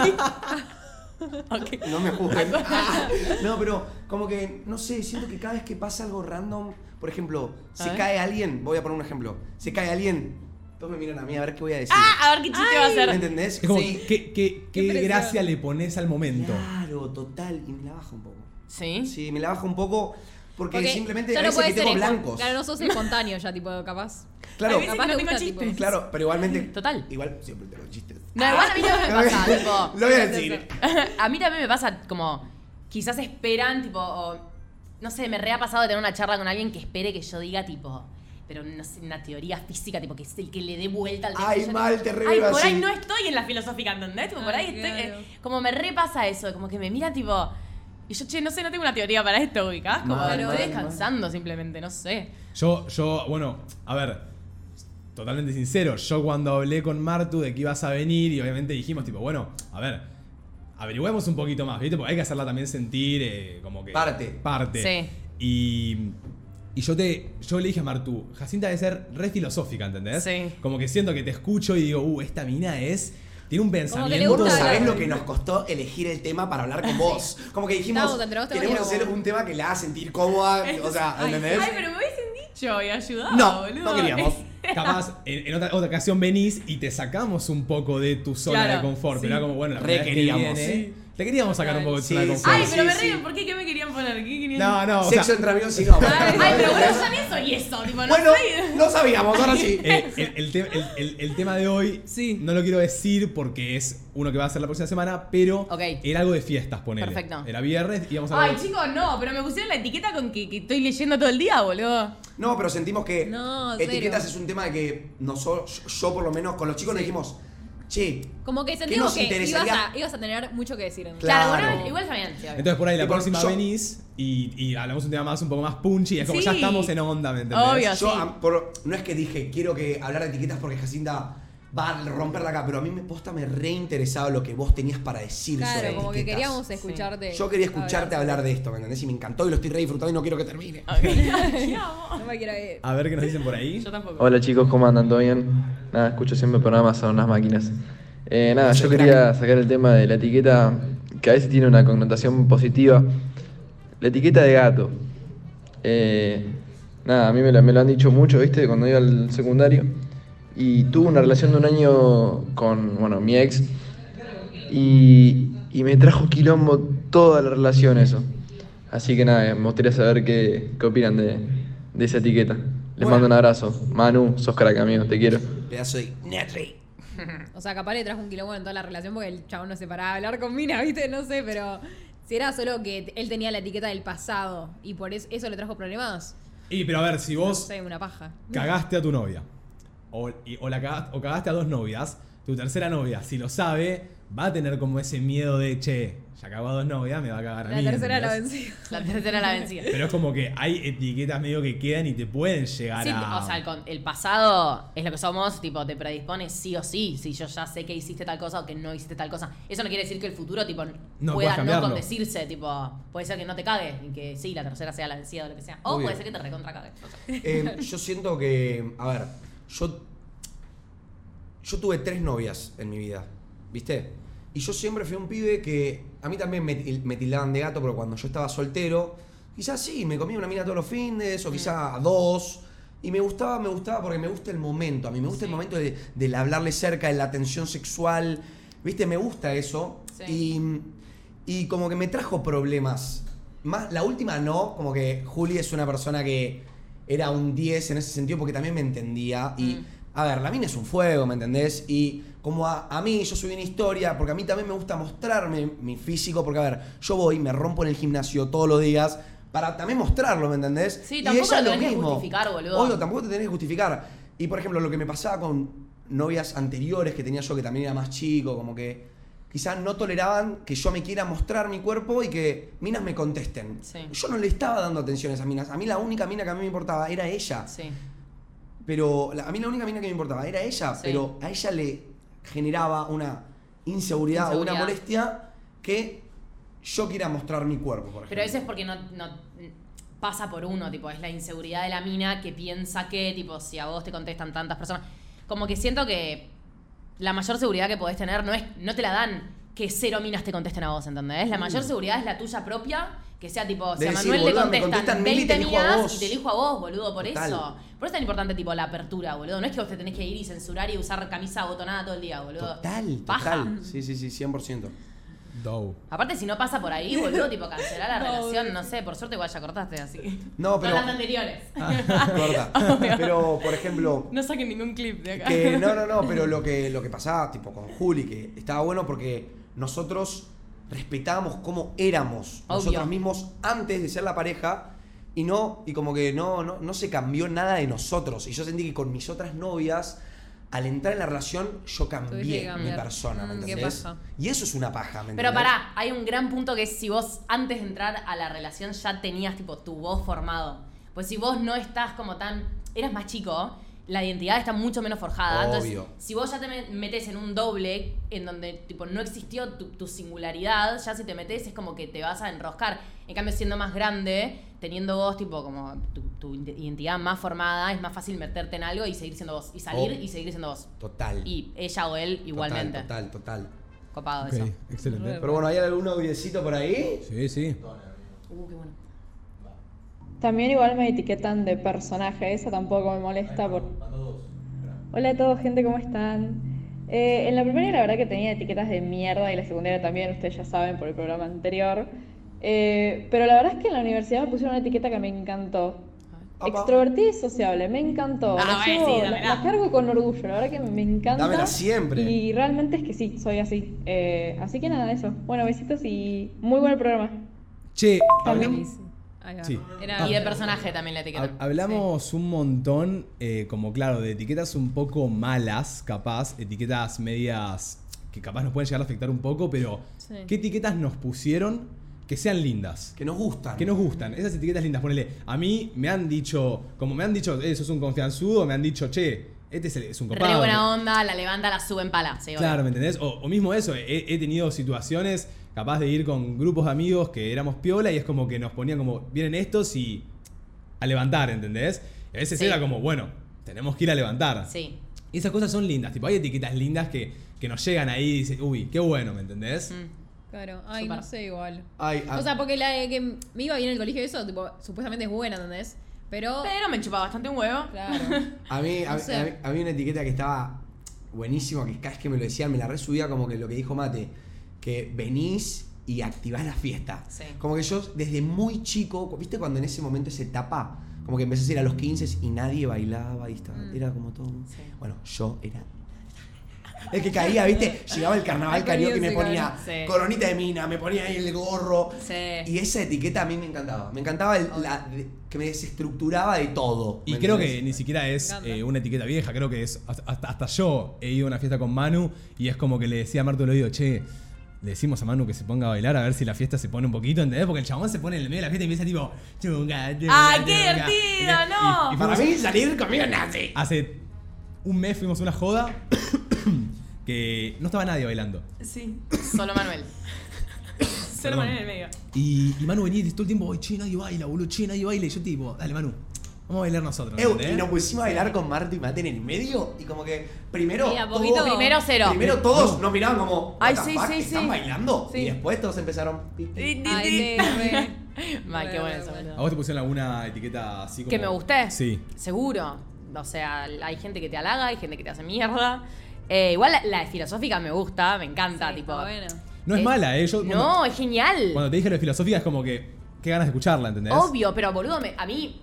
No me juzguen. No, pero como que, no sé, siento que cada vez que pasa algo random, por ejemplo, A se ver. cae alguien, voy a poner un ejemplo, se cae alguien, todos me miran a mí a ver qué voy a decir. Ah, a ver qué chiste va a ¿Me hacer. entendés? Es como, Sí. ¿qué presión. gracia le pones al momento? Claro, total, y me la baja un poco. ¿Sí? Sí, me la baja un poco porque, simplemente ya a no veces que puede ser tengo blancos. Claro, no sos espontáneo ya, tipo, capaz. Claro, Hay veces Capaz que no te tengo gusta, chistes. claro, pero igualmente. Total. Igual siempre tengo chistes. No, igual a mí también me pasa, tipo... Lo voy a decir. A mí también me pasa como, quizás esperan, tipo, o, no sé, me re ha pasado de tener una charla con alguien que espere que yo diga, tipo, pero no sé, una teoría física, tipo, que es el que le dé vuelta al tema. Ay, Y yo, mal, tipo, te re Ay, veo por ahí así. no estoy en la filosófica, ¿entendés? Tipo, por ahí Ay, estoy, claro. como me repasa eso, como que me mira, tipo, y yo, che, no sé, no tengo una teoría para esto, ubicás, como Mal, estoy mal, descansando simplemente, no sé. Yo, bueno, a ver, totalmente sincero, yo cuando hablé con Martu de que ibas a venir y obviamente dijimos, tipo, bueno, a ver, averigüemos un poquito más, ¿viste? Porque hay que hacerla también sentir como que... Parte. Sí. Y yo le dije a Martu, Jacinta debe ser re filosófica, ¿entendés? Sí. Como que siento que te escucho y digo, esta mina tiene un que le pensamiento... Vos no gusta sabés hablar. lo que nos costó elegir el tema para hablar con vos. Como que dijimos, Estábamos entre vos, te queremos imaginas hacer como- un tema que la haga sentir cómoda, o sea, ¿entendés? Ay, pero me hubiesen dicho y ayudado, No, boludo. no queríamos. Capaz, en otra ocasión venís y te sacamos un poco de tu zona Claro, de confort. sí. Pero era como, bueno, la Re primera vez que queríamos. viene, Sí. te queríamos sacar un poco de tu zona de Sí, confort. Ay, pero me sí, ríen, sí. ¿por qué? ¿Qué me querían poner? ¿Qué querían No, o Sexo sea, entre amigos y no. Ay, pero bueno, yo también soy eso, tipo, no Bueno, soy... no sabíamos, ahora sí. el tema de hoy Sí. no lo quiero decir porque es uno que va a ser la próxima semana, pero Ok. era algo de fiestas, ponele. Perfecto. Era viernes y íbamos a Ay, hablar. chicos, no, pero me pusieron la etiqueta con que estoy leyendo todo el día, boludo. No, pero sentimos que No, etiquetas cero. es un tema de que nosotros, yo por lo menos con los chicos nos dijimos, che, Como que ¿qué sentimos nos que interesaría? ibas a tener mucho que decir. Claro, Claro. bueno, igual está bien. sí, Entonces por ahí la Tipo, próxima yo- venís y hablamos un tema más un poco más punchy. Es como Sí. ya estamos en onda, ¿me entendés? Obvio. Yo, sí. no es que dije, quiero que hablar de etiquetas porque Jacinta va a romperla acá, pero a mí me reinteresaba lo que vos tenías para decir sobre Claro, como que etiquetas. queríamos escucharte. Yo quería escucharte hablar de esto, ¿me entendés? Y me encantó y lo estoy re disfrutando y no quiero que termine. No me quiero ir. A ver qué nos dicen por ahí. Yo tampoco. Hola chicos, ¿cómo andan? ¿Todo bien? Nada, escucho siempre programas, son unas máquinas. Nada, yo quería sacar el tema de la etiqueta que a veces tiene una connotación positiva. La etiqueta de gato. Nada, a mí me lo han dicho mucho, ¿viste? Cuando iba al secundario. Y tuve una relación de un año con, bueno, mi ex. Y me trajo quilombo toda la relación eso. Así que nada, me gustaría saber qué opinan de esa etiqueta. Les mando un abrazo. Manu, sos crack, amigo, te quiero. Pedazo de Netri. O sea, capaz le trajo un quilombo en toda la relación porque el chabón no se paraba a hablar con mina, ¿viste? No sé, pero si era solo que él tenía la etiqueta del pasado y por eso le trajo problemas, Y pero a ver, si no vos sé, una paja. cagaste a tu novia o cagaste a dos novias, tu tercera novia, si lo sabe, va a tener como ese miedo de, che, ya cagó a dos novias, me va a cagar a La mí. tercera la ¿entendés? vencí. La tercera la vencida. Pero es como que hay etiquetas medio que quedan y te pueden llegar Sí, a... o sea, el pasado es lo que somos, tipo, te predispone sí o sí. Si yo ya sé que hiciste tal cosa o que no hiciste tal cosa. Eso no quiere decir que el futuro, tipo, puedas pueda no cambiarlo. condecirse, tipo, puede ser que no te cague y que sí, la tercera sea la vencida o lo que sea. O Obvio. puede ser que te recontra cague. No sé. Yo siento que, a ver, yo tuve 3 novias en mi vida, ¿viste? Y yo siempre fui un pibe que a mí también me tildaban de gato, pero cuando yo estaba soltero, quizás sí, me comía una mina todos los fines, o quizás 2. Y me gustaba porque me gusta el momento. A mí me gusta el momento del hablarle cerca, de la tensión sexual. ¿Viste? Me gusta eso. Sí. Y como que me trajo problemas. Más, la última no, como que Juli es una persona que era un 10 en ese sentido porque también me entendía. Y, a ver, la mina es un fuego, ¿me entendés? Y como a mí, yo subí una historia, porque a mí también me gusta mostrarme mi físico, porque, a ver, yo voy, me rompo en el gimnasio todos los días para también mostrarlo, ¿me entendés? Sí, Y tampoco ella lo lo tenés que mismo. justificar, boludo. Obvio, tampoco te tenés que justificar. Y, por ejemplo, lo que me pasaba con novias anteriores que tenía yo, que también era más chico, como que quizás no toleraban que yo me quiera mostrar mi cuerpo y que minas me contesten. Sí. Yo no le estaba dando atención a esas minas. A mí la única mina que a mí me importaba era ella. Sí. Pero a mí la única mina que me importaba era ella, Sí. pero a ella le generaba una inseguridad o una molestia que yo quiera mostrar mi cuerpo, por ejemplo. Pero eso es porque no pasa por uno, tipo, es la inseguridad de la mina que piensa que, tipo, si a vos te contestan tantas personas. Como que siento que la mayor seguridad que podés tener no te la dan que 0 minas te contesten a vos, ¿entendés? La mayor seguridad es la tuya propia, que sea tipo, si De a decir, Manuel boludo, me te contestan contestan 1000 y te 20 elijo a minas vos. y te elijo a vos, boludo, por Total. eso. Por eso es tan importante, tipo, la apertura, boludo. No es que vos te tenés que ir y censurar y usar camisa abotonada todo el día, boludo. Paja. Sí, 100%. Dow. Aparte, si no pasa por ahí, boludo, tipo, cancelar la relación, no sé, por suerte igual ya cortaste, así que... No, pero- Son las anteriores. Corta. Pero, por ejemplo, No saquen ningún clip de acá. que no, pero lo que pasaba tipo con Juli, que estaba bueno porque nosotros respetábamos cómo éramos Obvio. nosotros mismos antes de ser la pareja y como que no se cambió nada de nosotros. Y yo sentí que con mis otras novias, al entrar en la relación, yo Tuviste que cambié mi cambiar. persona, ¿me Qué entendés? paja. Y eso es una paja, ¿me Pero entendés? pará, hay un gran punto que es si vos antes de entrar a la relación ya tenías tipo tu voz formado. Pues si vos no estás como eras más chico, la identidad está mucho menos forjada. Obvio. Entonces, si vos ya te metes en un doble en donde tipo no existió tu singularidad, ya si te metes es como que te vas a enroscar. En cambio, siendo más grande, teniendo vos tipo como tu identidad más formada, es más fácil meterte en algo y seguir siendo vos. Y salir y seguir siendo vos. Total. Y ella o él igualmente. Total. Copado Ok, eso. excelente. Pero bueno, ¿hay algún audiecito por ahí? Sí, sí. Qué bueno. También igual me etiquetan de personaje, eso tampoco me molesta. Hola a todos, gente, ¿cómo están? En la primaria la verdad que tenía etiquetas de mierda y la secundaria también, ustedes ya saben por el programa anterior. Pero la verdad es que en la universidad me pusieron una etiqueta que me encantó. Extrovertida y sociable, me encantó. La llevo- la cargo con orgullo, la verdad que me encanta. Dámela siempre. Y realmente es que sí, soy así. Así que nada, eso. Bueno, besitos y muy buen programa. Che, También. Ahí va. Sí. Era- Y de personaje también la etiqueta. Hablamos un montón, como claro, de etiquetas un poco malas, capaz, etiquetas medias que capaz nos pueden llegar a afectar un poco, pero Sí. ¿qué etiquetas nos pusieron que sean lindas? Que nos gustan. Que nos gustan. Esas etiquetas lindas, ponele. A mí me han dicho, sos un confianzudo, me han dicho, che, este es un copado. Re buena onda, la levanta, la sube en pala. Sí, Claro, obvio. ¿me entendés? O mismo eso, he tenido situaciones capaz de ir con grupos de amigos que éramos piola y es como que nos ponían como, vienen estos y a levantar, ¿entendés? Y a veces Sí. era como, bueno, tenemos que ir a levantar. Sí. Y esas cosas son lindas, tipo, hay etiquetas lindas que nos llegan ahí y dicen, uy, qué bueno, ¿me entendés? Claro, ay, Súper. no sé, igual. Ay, O sea, porque la de que me iba bien en el colegio y eso, tipo, supuestamente es buena, ¿entendés? Pero me chupa bastante un huevo. Claro. A mí, No sé. había una etiqueta que estaba buenísima, que cada vez que me lo decían me la resubía como que lo que dijo Mate, que venís y activás la fiesta. Sí. Como que yo desde muy chico, ¿viste cuando en ese momento esa etapa? Como que empecé a ir a los 15 y nadie bailaba y estaba, era como todo. Bueno, yo era. Es que caía, ¿viste? Llegaba el carnaval Ay, karaoke y me sí, ponía sí. coronita de mina, me ponía ahí el gorro. Sí. Y esa etiqueta a mí me encantaba. Me encantaba que me desestructuraba de todo. Y ¿me creo entendés? que ni siquiera es una etiqueta vieja, creo que es. Hasta yo he ido a una fiesta con Manu y es como que le decía a Marto al oído, che, le decimos a Manu que se ponga a bailar a ver si la fiesta se pone un poquito, ¿entendés? Porque el chabón se pone en el medio de la fiesta y empieza tipo, chunga, chunga. ¡Ay, qué chunga. divertido! ¡No! Y Para fuimos- mí salir conmigo nazi. Hace un mes fuimos a una joda que no estaba nadie bailando. Sí. Solo Manuel. Solo Perdón. Manuel en el medio. Y Manu venía y todo el tiempo, "Ay, che, nadie baila, boludo, che, nadie baila". Y yo tipo, dale Manu, vamos a bailar nosotros. ¿entendés? Y nos pusimos a bailar con Marto y Mate en el medio y como que primero Y a poquito- todos, Primero cero. primero todos nos miraban como Ay, "What the sí, fuck, sí, ¿están sí. bailando?" Sí. Y después todos empezaron Ay, Mal, qué bueno eso, boludo. ¿A vos te pusieron alguna etiqueta así como...? ¿Que me gusté? Sí. Seguro. O sea, hay gente que te halaga, hay gente que te hace mierda. Igual la filosófica me gusta, me encanta, Sí, tipo. está buena. No es mala, ¿eh? Yo, No, es genial. Cuando te dije lo de filosófica es como que... Qué ganas de escucharla, ¿entendés? Obvio, pero boludo, a mí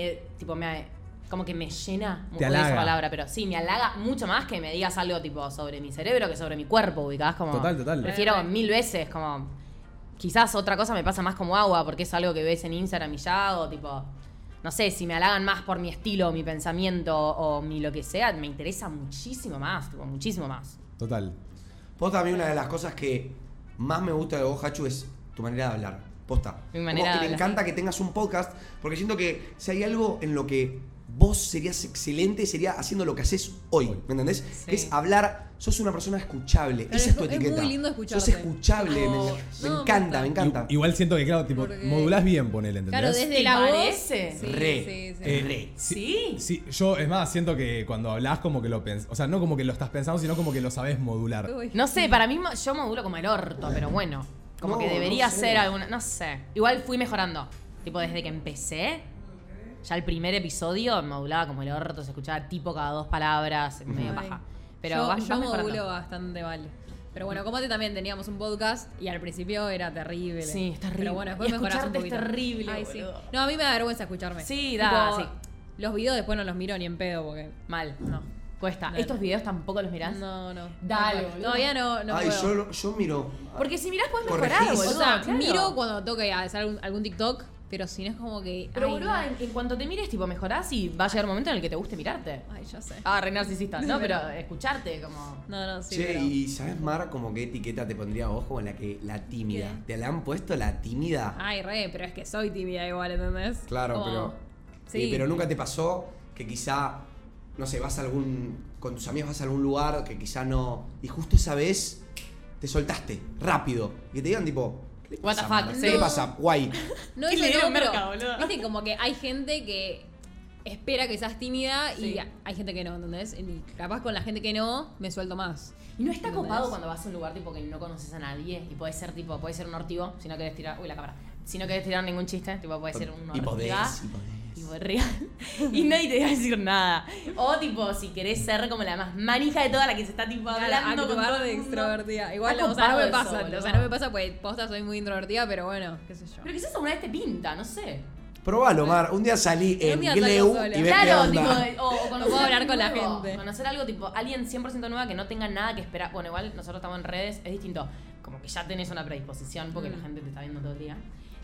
como que me llena, Te odio esa halaga. palabra, pero sí, me halaga mucho más que me digas algo tipo sobre mi cerebro que sobre mi cuerpo, ubicás como. Total. Prefiero 1000 veces, como. Quizás otra cosa me pasa más como agua, porque es algo que ves en Instagram y ya, o tipo. No sé, si me halagan más por mi estilo, mi pensamiento o mi lo que sea, me interesa muchísimo más, tipo, muchísimo más. Total. Posta, a mí una de las cosas que más me gusta de vos, Hachu, es tu manera de hablar. Posta. Mi manera Como que de me hablar. encanta que tengas un podcast, porque siento que si hay algo en lo que vos serías excelente, sería haciendo lo que haces hoy, ¿me entendés? Sí. Que es hablar, sos una persona escuchable. Pero Esa es tu es etiqueta. muy lindo escucharte. Sos escuchable, Tipo, me no, encanta, me encanta. Igual siento que, claro, tipo, Porque- modulás bien, ponele, ¿entendés? Claro, desde ¿Te la voz. parece? Sí, Re. sí, sí. Eh, ¿Sí? Sí, yo, es más, siento que cuando hablás como que lo pensás, o sea, no como que lo estás pensando, sino como que lo sabés modular. Uy. No sé, para mí yo modulo como el orto, pero bueno. Como No, que debería no sé. ser alguna. No sé. Igual fui mejorando. Tipo, desde que empecé, ya el primer episodio modulaba como el orto, se escuchaba tipo cada 2 palabras, medio Ay. paja. Pero yo, vas yo mejorando. modulo bastante mal. Pero bueno, como te también teníamos un podcast y al principio era terrible. Sí, es terrible. Pero bueno, después Y mejorás un escucharte es poquito. terrible, Ay, sí. boludo. No, a mí me da vergüenza escucharme. Sí, da, Tipo, sí. Los videos después no los miro ni en pedo porque... Mal, no. Cuesta. No. ¿Estos videos tampoco los mirás? No. Dale, No, boludo. todavía no Ay, puedo. yo miro. Porque si mirás puedes Corregís. mejorar, O boludo. O sea, claro. miro cuando toque a hacer algún TikTok, pero si no es como que... Pero ay, boludo, no. en cuanto te mires, tipo, mejorás y va a llegar un momento en el que te guste mirarte. Ay, ya sé. Ah, re narcisista. No, pero escucharte como. No, sí, Che, pero... y ¿sabes, Mar, como qué etiqueta te pondría vos como la tímida? ¿Qué? ¿Te la han puesto la tímida? Ay, pero es que soy tímida igual, ¿entendés? Claro, Como- pero. Sí. Pero nunca te pasó que quizá, no sé, vas a con tus amigos vas a algún lugar que quizá no. Y justo esa vez te soltaste, rápido. Y que te digan tipo. ¿Qué le What the pasa, fuck, Mar? sí. ¿Qué le pasa? Guay. No, ¿Qué eso le dieron no, pero, merca, boludo? viste, como que hay gente que espera que seas tímida Sí. y hay gente que no, ¿entendés? Y capaz con la gente que no, me suelto más. Y no está ¿Entendés? copado cuando vas a un lugar tipo que no conoces a nadie y puede ser tipo, puede ser un ortigo, si no querés tirar. Uy, la cámara. Si no querés tirar ningún chiste, tipo puede ser un Y podés, ortiga. y podés. Tipo real. Y nadie te va a decir nada. O tipo, si querés ser como la más manija de toda la que se está tipo hablando con todo Actuar de el mundo. extrovertida. Igual, Está o sea, no me copado pasa. eso, O sea, boludo. no me pasa porque posta soy muy introvertida, pero bueno, qué sé yo. Pero quizás alguna vez te pinta, no sé. Probalo, Mar. Un día salí en día salgo Gleu sola. y ves qué Claro, tipo, onda. o No conocer puedo hablar algo con la nuevo. gente. Conocer algo tipo, alguien 100% nueva que no tenga nada que esperar. Bueno, igual nosotros estamos en redes, es distinto. Como que ya tenés una predisposición porque la gente te está viendo todo el día.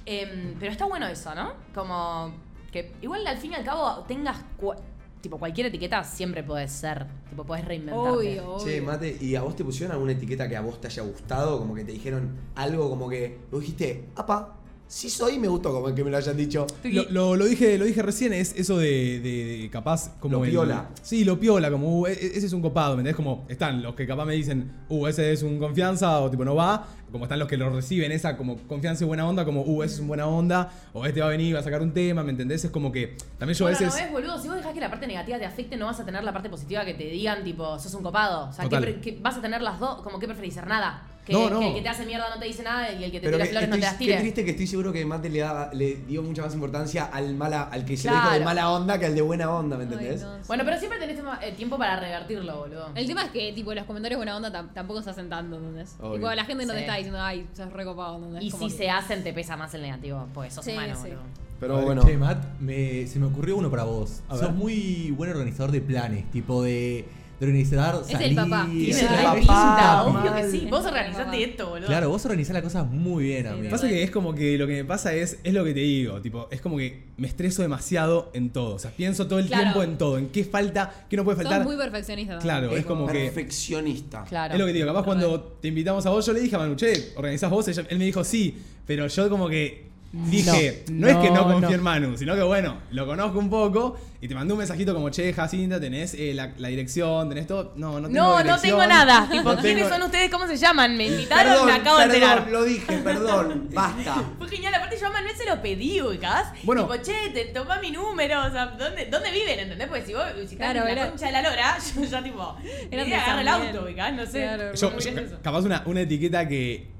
Pero está bueno eso, ¿no? Como que igual al fin y al cabo tengas tipo cualquier etiqueta siempre puedes ser, tipo puedes reinventarte. Obvio. Che, Mate, ¿y a vos te pusieron alguna etiqueta que a vos te haya gustado? Como que te dijeron algo como que vos dijiste, apa, sí soy, me gustó como que me lo hayan dicho. Lo dije recién, es eso de capaz como Lo piola. Sí, lo piola, como ese es un copado, ¿me entendés? Como están los que capaz me dicen, ese es un confianza, o tipo no va, como están los que lo reciben esa como confianza y buena onda, como ese es un buena onda, o este va a venir, va a sacar un tema, ¿me entendés? Es como que también yo Bueno, a veces... no ves, boludo, si vos dejás que la parte negativa te afecte, no vas a tener la parte positiva que te digan, tipo, sos un copado. O sea, que vas a tener las dos, como que preferís ser nada. Que el que te hace mierda no te dice nada y el que te tira flores no te las tire. Qué triste que estoy seguro que Mate le dio mucha más importancia al que se lo dijo de mala onda que al de buena onda, ¿me entendés? Ay, no, Bueno, pero siempre tenés tiempo para revertirlo, boludo. El tema es que, tipo, los comentarios buena onda tampoco se hacen tanto, ¿entendés? Obvio. Tipo, la gente no te Sí. está diciendo, ay, sos recopado, ¿entendés? Y Como si que- se hacen, te pesa más el negativo, pues sos Sí, humano, sí. boludo. Pero A ver, bueno. Che, Matt, se me ocurrió uno para vos. A ver. Sos muy buen organizador de planes, tipo de organizar Es el papá. Tiene Sí, re papá, pinta, obvio mal. que sí. Vos organizaste esto, boludo. Claro, vos organizás las cosas muy bien, amigo. Pasa que es como que lo que me pasa es lo que te digo, tipo, es como que me estreso demasiado en todo. O sea, pienso todo el Claro. tiempo en todo, en qué falta, qué no puede Sos faltar. muy perfeccionista también. Claro, es como que... Perfeccionista. Claro. Es lo que te digo, capaz cuando te invitamos a vos, yo le dije a Manu, che, ¿organizás vos? Él me dijo sí, pero yo como que dije, no es que no confíe en Manu, sino que bueno, lo conozco un poco y te mandé un mensajito como, che, Jacinta, tenés la dirección, tenés todo. No tengo No dirección. tengo nada. Tipo, No ¿quiénes tengo- son ustedes? ¿Cómo se llaman? Me invitaron, me acabo de enterar. Lo dije, perdón, basta. Fue genial, aparte yo a Manuel se lo pedí, ubicás. Bueno. Tipo, che, te toma mi número, o sea, ¿dónde viven? ¿Entendés? Porque si vos visitás Claro, la era- concha de la lora, yo ya tipo, Era quería agarrar el también. auto, ubicás, no sé. Claro. Yo, Muy gracioso. capaz una etiqueta que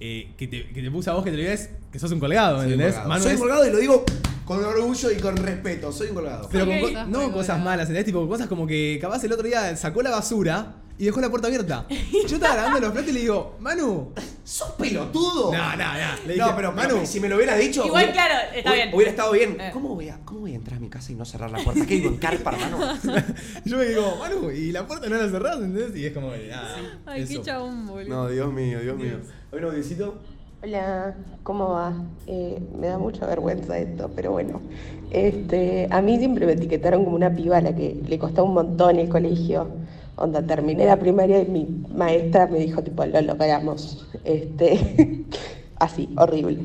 te puse a vos que te lo digas, que sos un colgado, Soy un ¿entendés? colgado. Manu Soy es- un colgado y lo digo con orgullo y con respeto. Soy un colgado. Pero Ok. con Estás no muy cosas colgado. malas, ¿entendés? Tipo cosas como que capaz el otro día sacó la basura y dejó la puerta abierta. Yo estaba lavando los platos y le digo, Manu. ¿Sos pelotudo? No. Le dije, No, pero Manu. si me lo hubieras dicho. Igual, claro, está bien. Hubiera estado bien. Eh. ¿Cómo voy a entrar a mi casa y no cerrar la puerta? ¿Qué digo en carpa, hermano? Yo me digo, Manu, y la puerta no la cerrás, ¿entendés? Y es como, Ay, eso. qué chabón, boludo. No, Dios mío, Dios mío. ¿Hay un audiocito? Hola, ¿cómo va? Me da mucha vergüenza esto, pero bueno. A mí siempre me etiquetaron como una piba a la que le costó un montón el colegio. Onda, terminé la primaria y mi maestra me dijo, tipo, lo logramos. Así, horrible.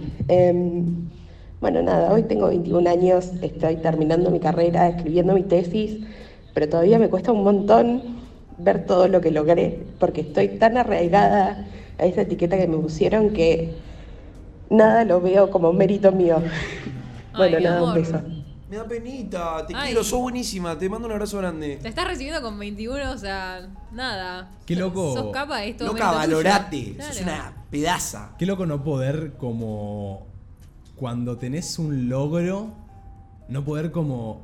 Bueno, nada, hoy tengo 21 años, estoy terminando mi carrera, escribiendo mi tesis, pero todavía me cuesta un montón ver todo lo que logré, porque estoy tan arraigada a esa etiqueta que me pusieron que nada lo veo como mérito mío. Bueno, mi nada, un amor. beso. Me da penita, te Ay. quiero, sos buenísima, te mando un abrazo grande. Te estás recibiendo con 21, o sea, nada. Qué loco. Sos capa de esto. Loca, valorate, sos una pedaza. Qué loco no poder como cuando tenés un logro, no poder como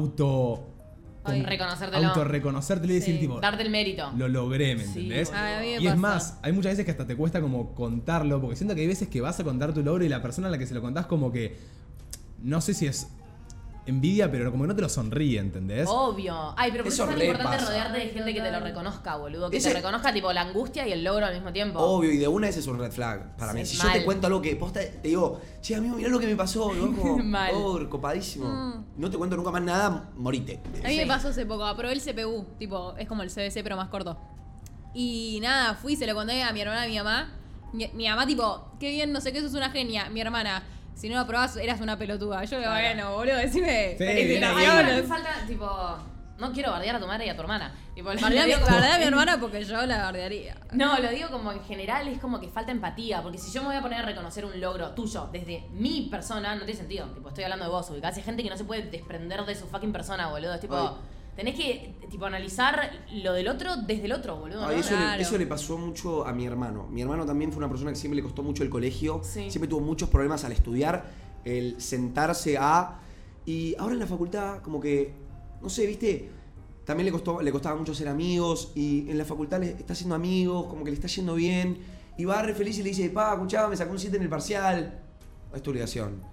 Reconocértelo. autorreconocértelo y decir Sí, tipo, darte el mérito. lo logré, ¿me Sí, entendés? boludo. Ay, a mí me Y es pasa. más, hay muchas veces que hasta te cuesta como contarlo, porque siento que hay veces que vas a contar tu logro y la persona a la que se lo contás como que, no sé si es envidia, pero como que no te lo sonríe, ¿entendés? Obvio. Ay, pero por eso Eso es tan re importante pasa. rodearte de gente que te lo reconozca, boludo. Que Ese- te reconozca tipo la angustia y el logro al mismo tiempo. Obvio, y de una ese es un red flag para mí. Sí, Si yo mal. te cuento algo que posta, te digo, che, amigo, mirá lo que me pasó. Y vos como, Mal. oh, copadísimo. No te cuento nunca más nada, morite. A mí me pasó hace poco, aprobé el CPU, tipo, es como el CBC pero más corto. Y nada, fui, se lo conté a mi hermana y a mi mamá. Mi mamá tipo, qué bien, no sé qué, sos una genia. Mi hermana, si no lo aprobás, eras una pelotuda. Yo, bueno, boludo, decime. Sí, Felicitaciones. Falta, tipo, no quiero bardear a tu madre y a tu hermana. Tipo, Bardea lo digo como- a mi hermana porque yo la bardearía. No, lo digo como en general es como que falta empatía, porque si yo me voy a poner a reconocer un logro tuyo desde mi persona, no tiene sentido. Tipo, estoy hablando de vos, ubicás. Hay gente que no se puede desprender de su fucking persona, boludo. Es tipo, Ay. tenés que tipo analizar lo del otro desde el otro, boludo. Ay, ¿no? eso le pasó mucho a mi hermano. Mi hermano también fue una persona que siempre le costó mucho el colegio. Sí. Siempre tuvo muchos problemas al estudiar, el sentarse a... Y ahora en la facultad, como que, no sé, viste, también le costaba mucho ser amigos. Y en la facultad le está haciendo amigos, como que le está yendo bien. Y va re feliz y le dice, pa, escuchá, me sacó un 7 en el parcial. Es tu obligación.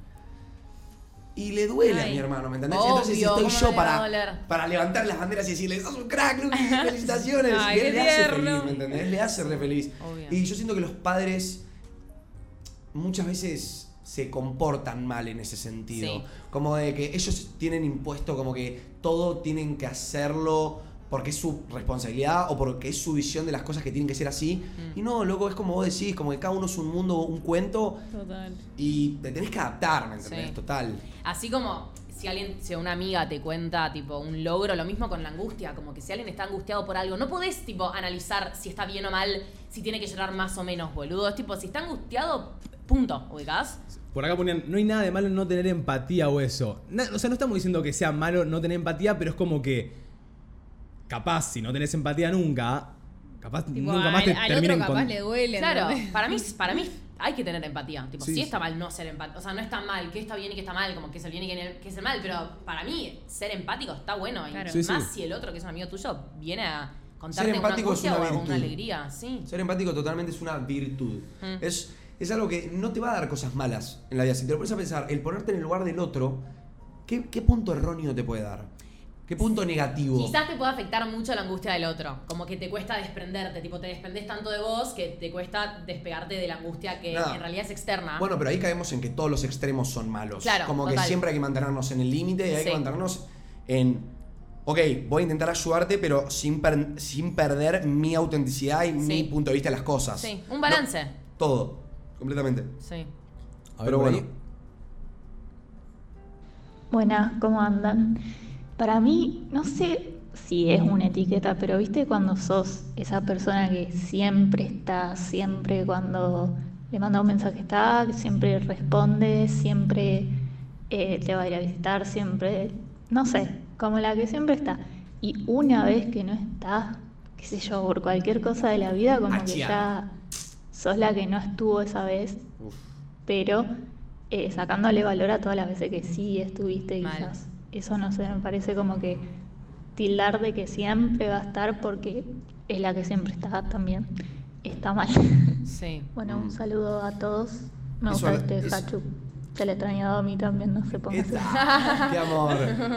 Y le duele Ay. a mi hermano, ¿me entendés? Obvio, Entonces estoy ¿cómo yo no le va a doler? para levantar las banderas y decirle, sos un crack, Luqui, felicitaciones. Ay, y él qué le hace tierno. feliz, ¿me entendés? Le hace re feliz. Obvio. Y yo siento que los padres muchas veces se comportan mal en ese sentido. Sí. Como de que ellos tienen impuesto como que todo tienen que hacerlo porque es su responsabilidad o porque es su visión de las cosas que tienen que ser así. Y no, loco, es como vos decís, como que cada uno es un mundo, un cuento. Total. Y te tenés que adaptar, ¿me entendés? Sí. Total. Así como si una amiga te cuenta tipo un logro, lo mismo con la angustia, como que si alguien está angustiado por algo, no podés tipo analizar si está bien o mal, si tiene que llorar más o menos, boludo. Es tipo, si está angustiado, punto, ¿ubicás? Por acá ponían, no hay nada de malo en no tener empatía o eso. O sea, no estamos diciendo que sea malo no tener empatía, pero es como que capaz, si no tenés empatía nunca, capaz Tipo, nunca más te al terminen otro capaz con... le duele. Claro, ¿entendés? para mí hay que tener empatía. Tipo, Sí, sí sí. está mal no ser empático. O sea, no está mal, qué está bien y qué está mal, como que es el bien y qué es el mal. Pero para mí, ser empático está bueno. Y Claro. Sí, más sí. si el otro, que es un amigo tuyo, viene a contarte Ser una empático es angustia una o una virtud. alegría. Sí. Ser empático totalmente es una virtud. Mm. Es algo que no te va a dar cosas malas en la vida. Si te lo pones a pensar, el ponerte en el lugar del otro, ¿qué punto erróneo te puede dar? ¿Qué punto negativo? Quizás te pueda afectar mucho la angustia del otro. Como que te cuesta desprenderte. Tipo, te desprendés tanto de vos que te cuesta despegarte de la angustia que Nada. en realidad es externa. Bueno, pero ahí caemos en que todos los extremos son malos. Claro, como que total. siempre hay que mantenernos en el límite y hay Sí. que mantenernos en... Ok, voy a intentar ayudarte, pero sin perder mi autenticidad y mi punto de vista de las cosas. Sí, un balance. No, todo, completamente. Sí. A ver, Pero por bueno. ahí. Buenas, ¿cómo andan? Para mí, no sé si es una etiqueta, pero viste cuando sos esa persona que siempre está, siempre cuando le manda un mensaje está, que siempre responde, siempre te va a ir a visitar, siempre, no sé, como la que siempre está. Y una vez que no está, qué sé yo, por cualquier cosa de la vida, como que ya sos la que no estuvo esa vez, pero sacándole valor a todas las veces que sí estuviste, Mal. quizás. Eso no sé, me parece como que tildar de que siempre va a estar porque es la que siempre está también. Está mal. Sí. Bueno, un saludo a todos. Me Eso gusta es- este Hachu. Se le extrañado a mí también, no se ponga así. ¡Qué amor!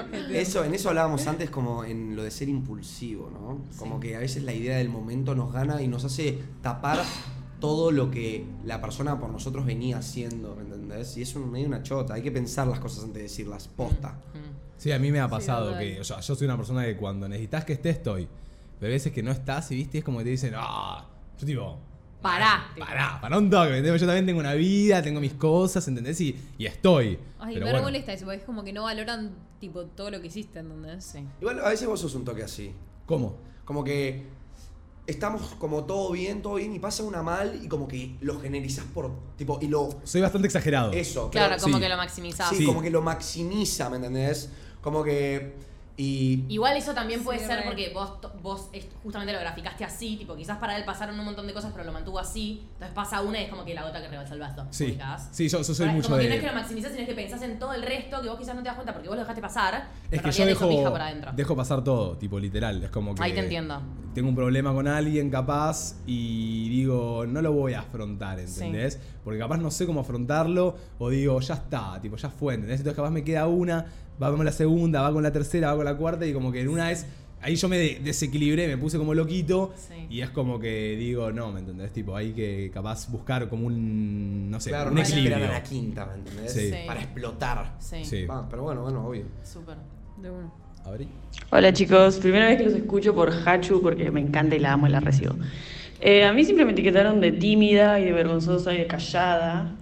En eso hablábamos antes como en lo de ser impulsivo, ¿no? Como que a veces la idea del momento nos gana y nos hace tapar todo lo que la persona por nosotros venía haciendo, ¿me entendés? Y es medio una chota, hay que pensar las cosas antes de decirlas, posta. Sí, a mí me ha pasado total. que, o sea, yo soy una persona que cuando necesitas que esté, estoy. Pero hay veces que no estás y viste, es como que te dicen, yo tipo, Pará. pará un toque, ¿entendés? Yo también tengo una vida, tengo mis cosas, ¿entendés? Y estoy. Ay, Pero me bueno. molesta eso, porque es como que no valoran tipo todo lo que hiciste, ¿entendés? Sí. Igual a veces vos sos un toque así. ¿Cómo? Como que estamos como todo bien y pasa una mal y como que lo generalizás por, tipo, y lo... Soy bastante exagerado. Eso, Claro, como sí. que lo maximizás. Sí, como que lo maximiza, ¿me entendés? Como que... Y... Igual eso también puede Sí, ser re. porque vos justamente lo graficaste así, tipo, quizás para él pasaron un montón de cosas, pero lo mantuvo así. Entonces pasa una y es como que la gota que rebalsa el vaso. Sí, ¿ubicás? sí, yo soy Como mucho que no es que de... lo maximizás, sino que pensás en todo el resto que vos quizás no te das cuenta porque vos lo dejaste pasar. Es pero que en yo realidad te hizo pija por adentro. dejo pasar todo, tipo literal. Es como que... Ahí te entiendo. Tengo un problema con alguien capaz y digo, no lo voy a afrontar, ¿entendés? Porque capaz no sé cómo afrontarlo o digo, ya está, tipo, ya fue, ¿entendés? Entonces capaz me queda una, va con la segunda, va con la tercera, va con la cuarta y como que en una vez, ahí yo me desequilibré, me puse como loquito Sí. y es como que digo, no, ¿me entendés? Tipo, hay que capaz buscar como un, no sé, Claro, un no hay que equilibrio. esperar a la quinta, ¿me entendés? Sí. Sí. Para explotar. Sí. Sí. Va, pero bueno, obvio. Súper. De uno. A ver. Hola chicos, primera vez que los escucho por Hachu porque me encanta y la amo y la recibo. A mí siempre me etiquetaron de tímida y de vergonzosa y de callada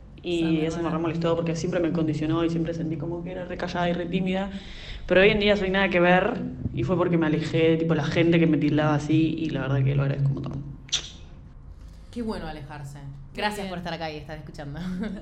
y eso me re molestó porque siempre me condicionó y siempre sentí como que era re callada y re tímida. Pero hoy en día soy nada que ver y fue porque me alejé de tipo la gente que me tildaba así y la verdad que lo agradezco un montón. Qué bueno alejarse. Gracias bien. por estar acá y estar escuchando.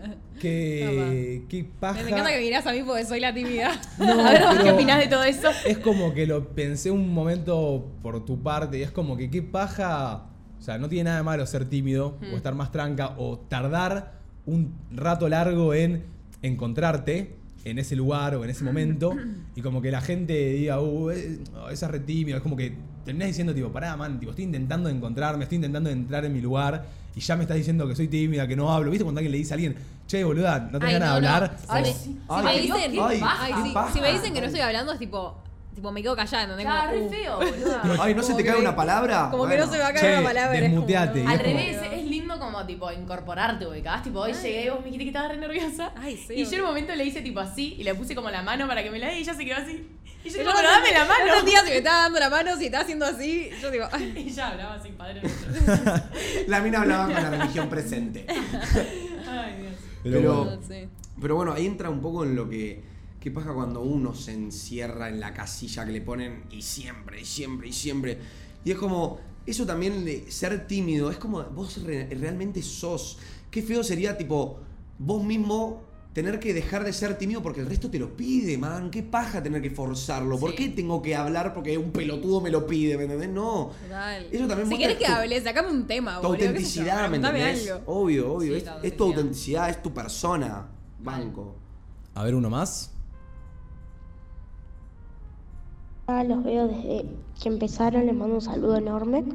Qué paja. Me encanta que mirás a mí porque soy la tímida. No, A ver, ¿vos pero qué opinás de todo eso? Es como que lo pensé un momento por tu parte y es como que qué paja. O sea, no tiene nada de malo ser tímido o estar más tranca o tardar un rato largo en encontrarte en ese lugar o en ese momento y como que la gente diga, esa es re tímido. Es como que terminás diciendo, tipo, pará, man, tipo, estoy intentando encontrarme, estoy intentando entrar en mi lugar y ya me estás diciendo que soy tímida, que no hablo. ¿Viste cuando alguien le dice a alguien, che, boluda, no tenés Ay, ganas de no, no. hablar? Ay, Como, sí. Ay, Si me Dios, dicen, qué paja. sí, paja. si me dicen que no estoy hablando es tipo me quedo callada, ¿entendés? Claro, Como, re feo, boludo. Ay, ¿no se Como te que cae me- una palabra? Como que no se me va a caer che, una palabra. es desmuteate. como, Al es como- revés, es lindo lindo como, tipo, incorporarte, ubicás. Tipo, hoy llegué, vos me dijiste que estabas re nerviosa. Ay, sí. Y yo en un momento le hice, tipo, así, y le puse como la mano para que me la dé, y ella se quedó así. Y yo, Pero digo, pero dame la mano. No entendía si me estaba dando la mano, si estaba haciendo así. Yo digo, ay. Y ella hablaba así, padre. La mina hablaba con la religión presente. Ay, Dios. Pero bueno, ahí entra un poco en lo que... ¿Qué pasa cuando uno se encierra en la casilla que le ponen y siempre, y siempre, y siempre? Y es como... Eso también de ser tímido, es como vos realmente sos. Qué feo sería, tipo, vos mismo tener que dejar de ser tímido porque el resto te lo pide, man. Qué paja tener que forzarlo. ¿Por qué tengo que hablar porque un pelotudo me lo pide? ¿Me entendés? No. Total. Eso también si querés que hable, sacame un tema, tu boludo. autenticidad, ¿me entendés? Algo. Obvio. Sí, Es tu autenticidad, es tu persona. Banco. A ver, uno más. Los veo desde que empezaron, les mando un saludo enorme.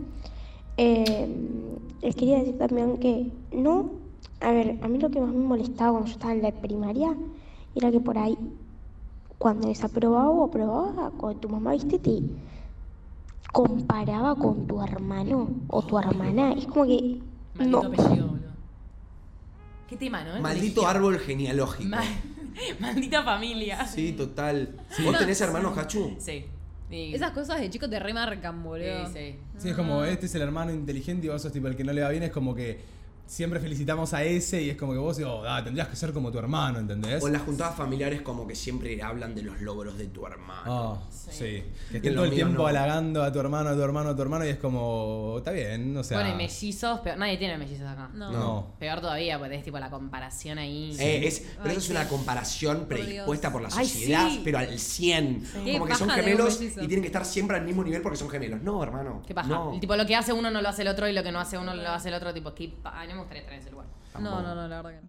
Les quería decir también que no, a ver, a mí lo que más me molestaba cuando yo estaba en la primaria era que por ahí, cuando desaprobaba o aprobaba, cuando tu mamá, viste, te comparaba con tu hermano o tu hermana. Es como que... Maldito no. apellido, boludo. Qué tema, ¿no? Maldito árbol genealógico. Maldita familia. Sí, total. Sí. ¿Vos tenés hermanos, Hachu? Sí. Esas cosas de chicos te remarcan, boludo. Sí. Sí, es como, este es el hermano inteligente y vos sos tipo el que no le va bien, es como que siempre felicitamos a ese y es como que vos digo, tendrías que ser como tu hermano, ¿entendés? O en las juntadas familiares como que siempre hablan de los logros de tu hermano. Sí. Que Y estén lo todo el mío tiempo no. halagando a tu hermano, a tu hermano, a tu hermano y es como, está bien, o sea... Bueno, y mellizos, peor. Nadie tiene mellizos acá. No. Peor todavía, porque es tipo la comparación ahí. Pero eso es una comparación predispuesta por la sociedad, sí. pero al 100. Qué Como que son paja de gemelos un mellizo. y tienen que estar siempre al mismo nivel porque son gemelos. No, hermano. ¿Qué paja? No. El tipo, lo que hace uno no lo hace el otro y lo que no hace uno lo hace el otro. Tipo, no me gustaría estar en ese lugar. No, la verdad que no.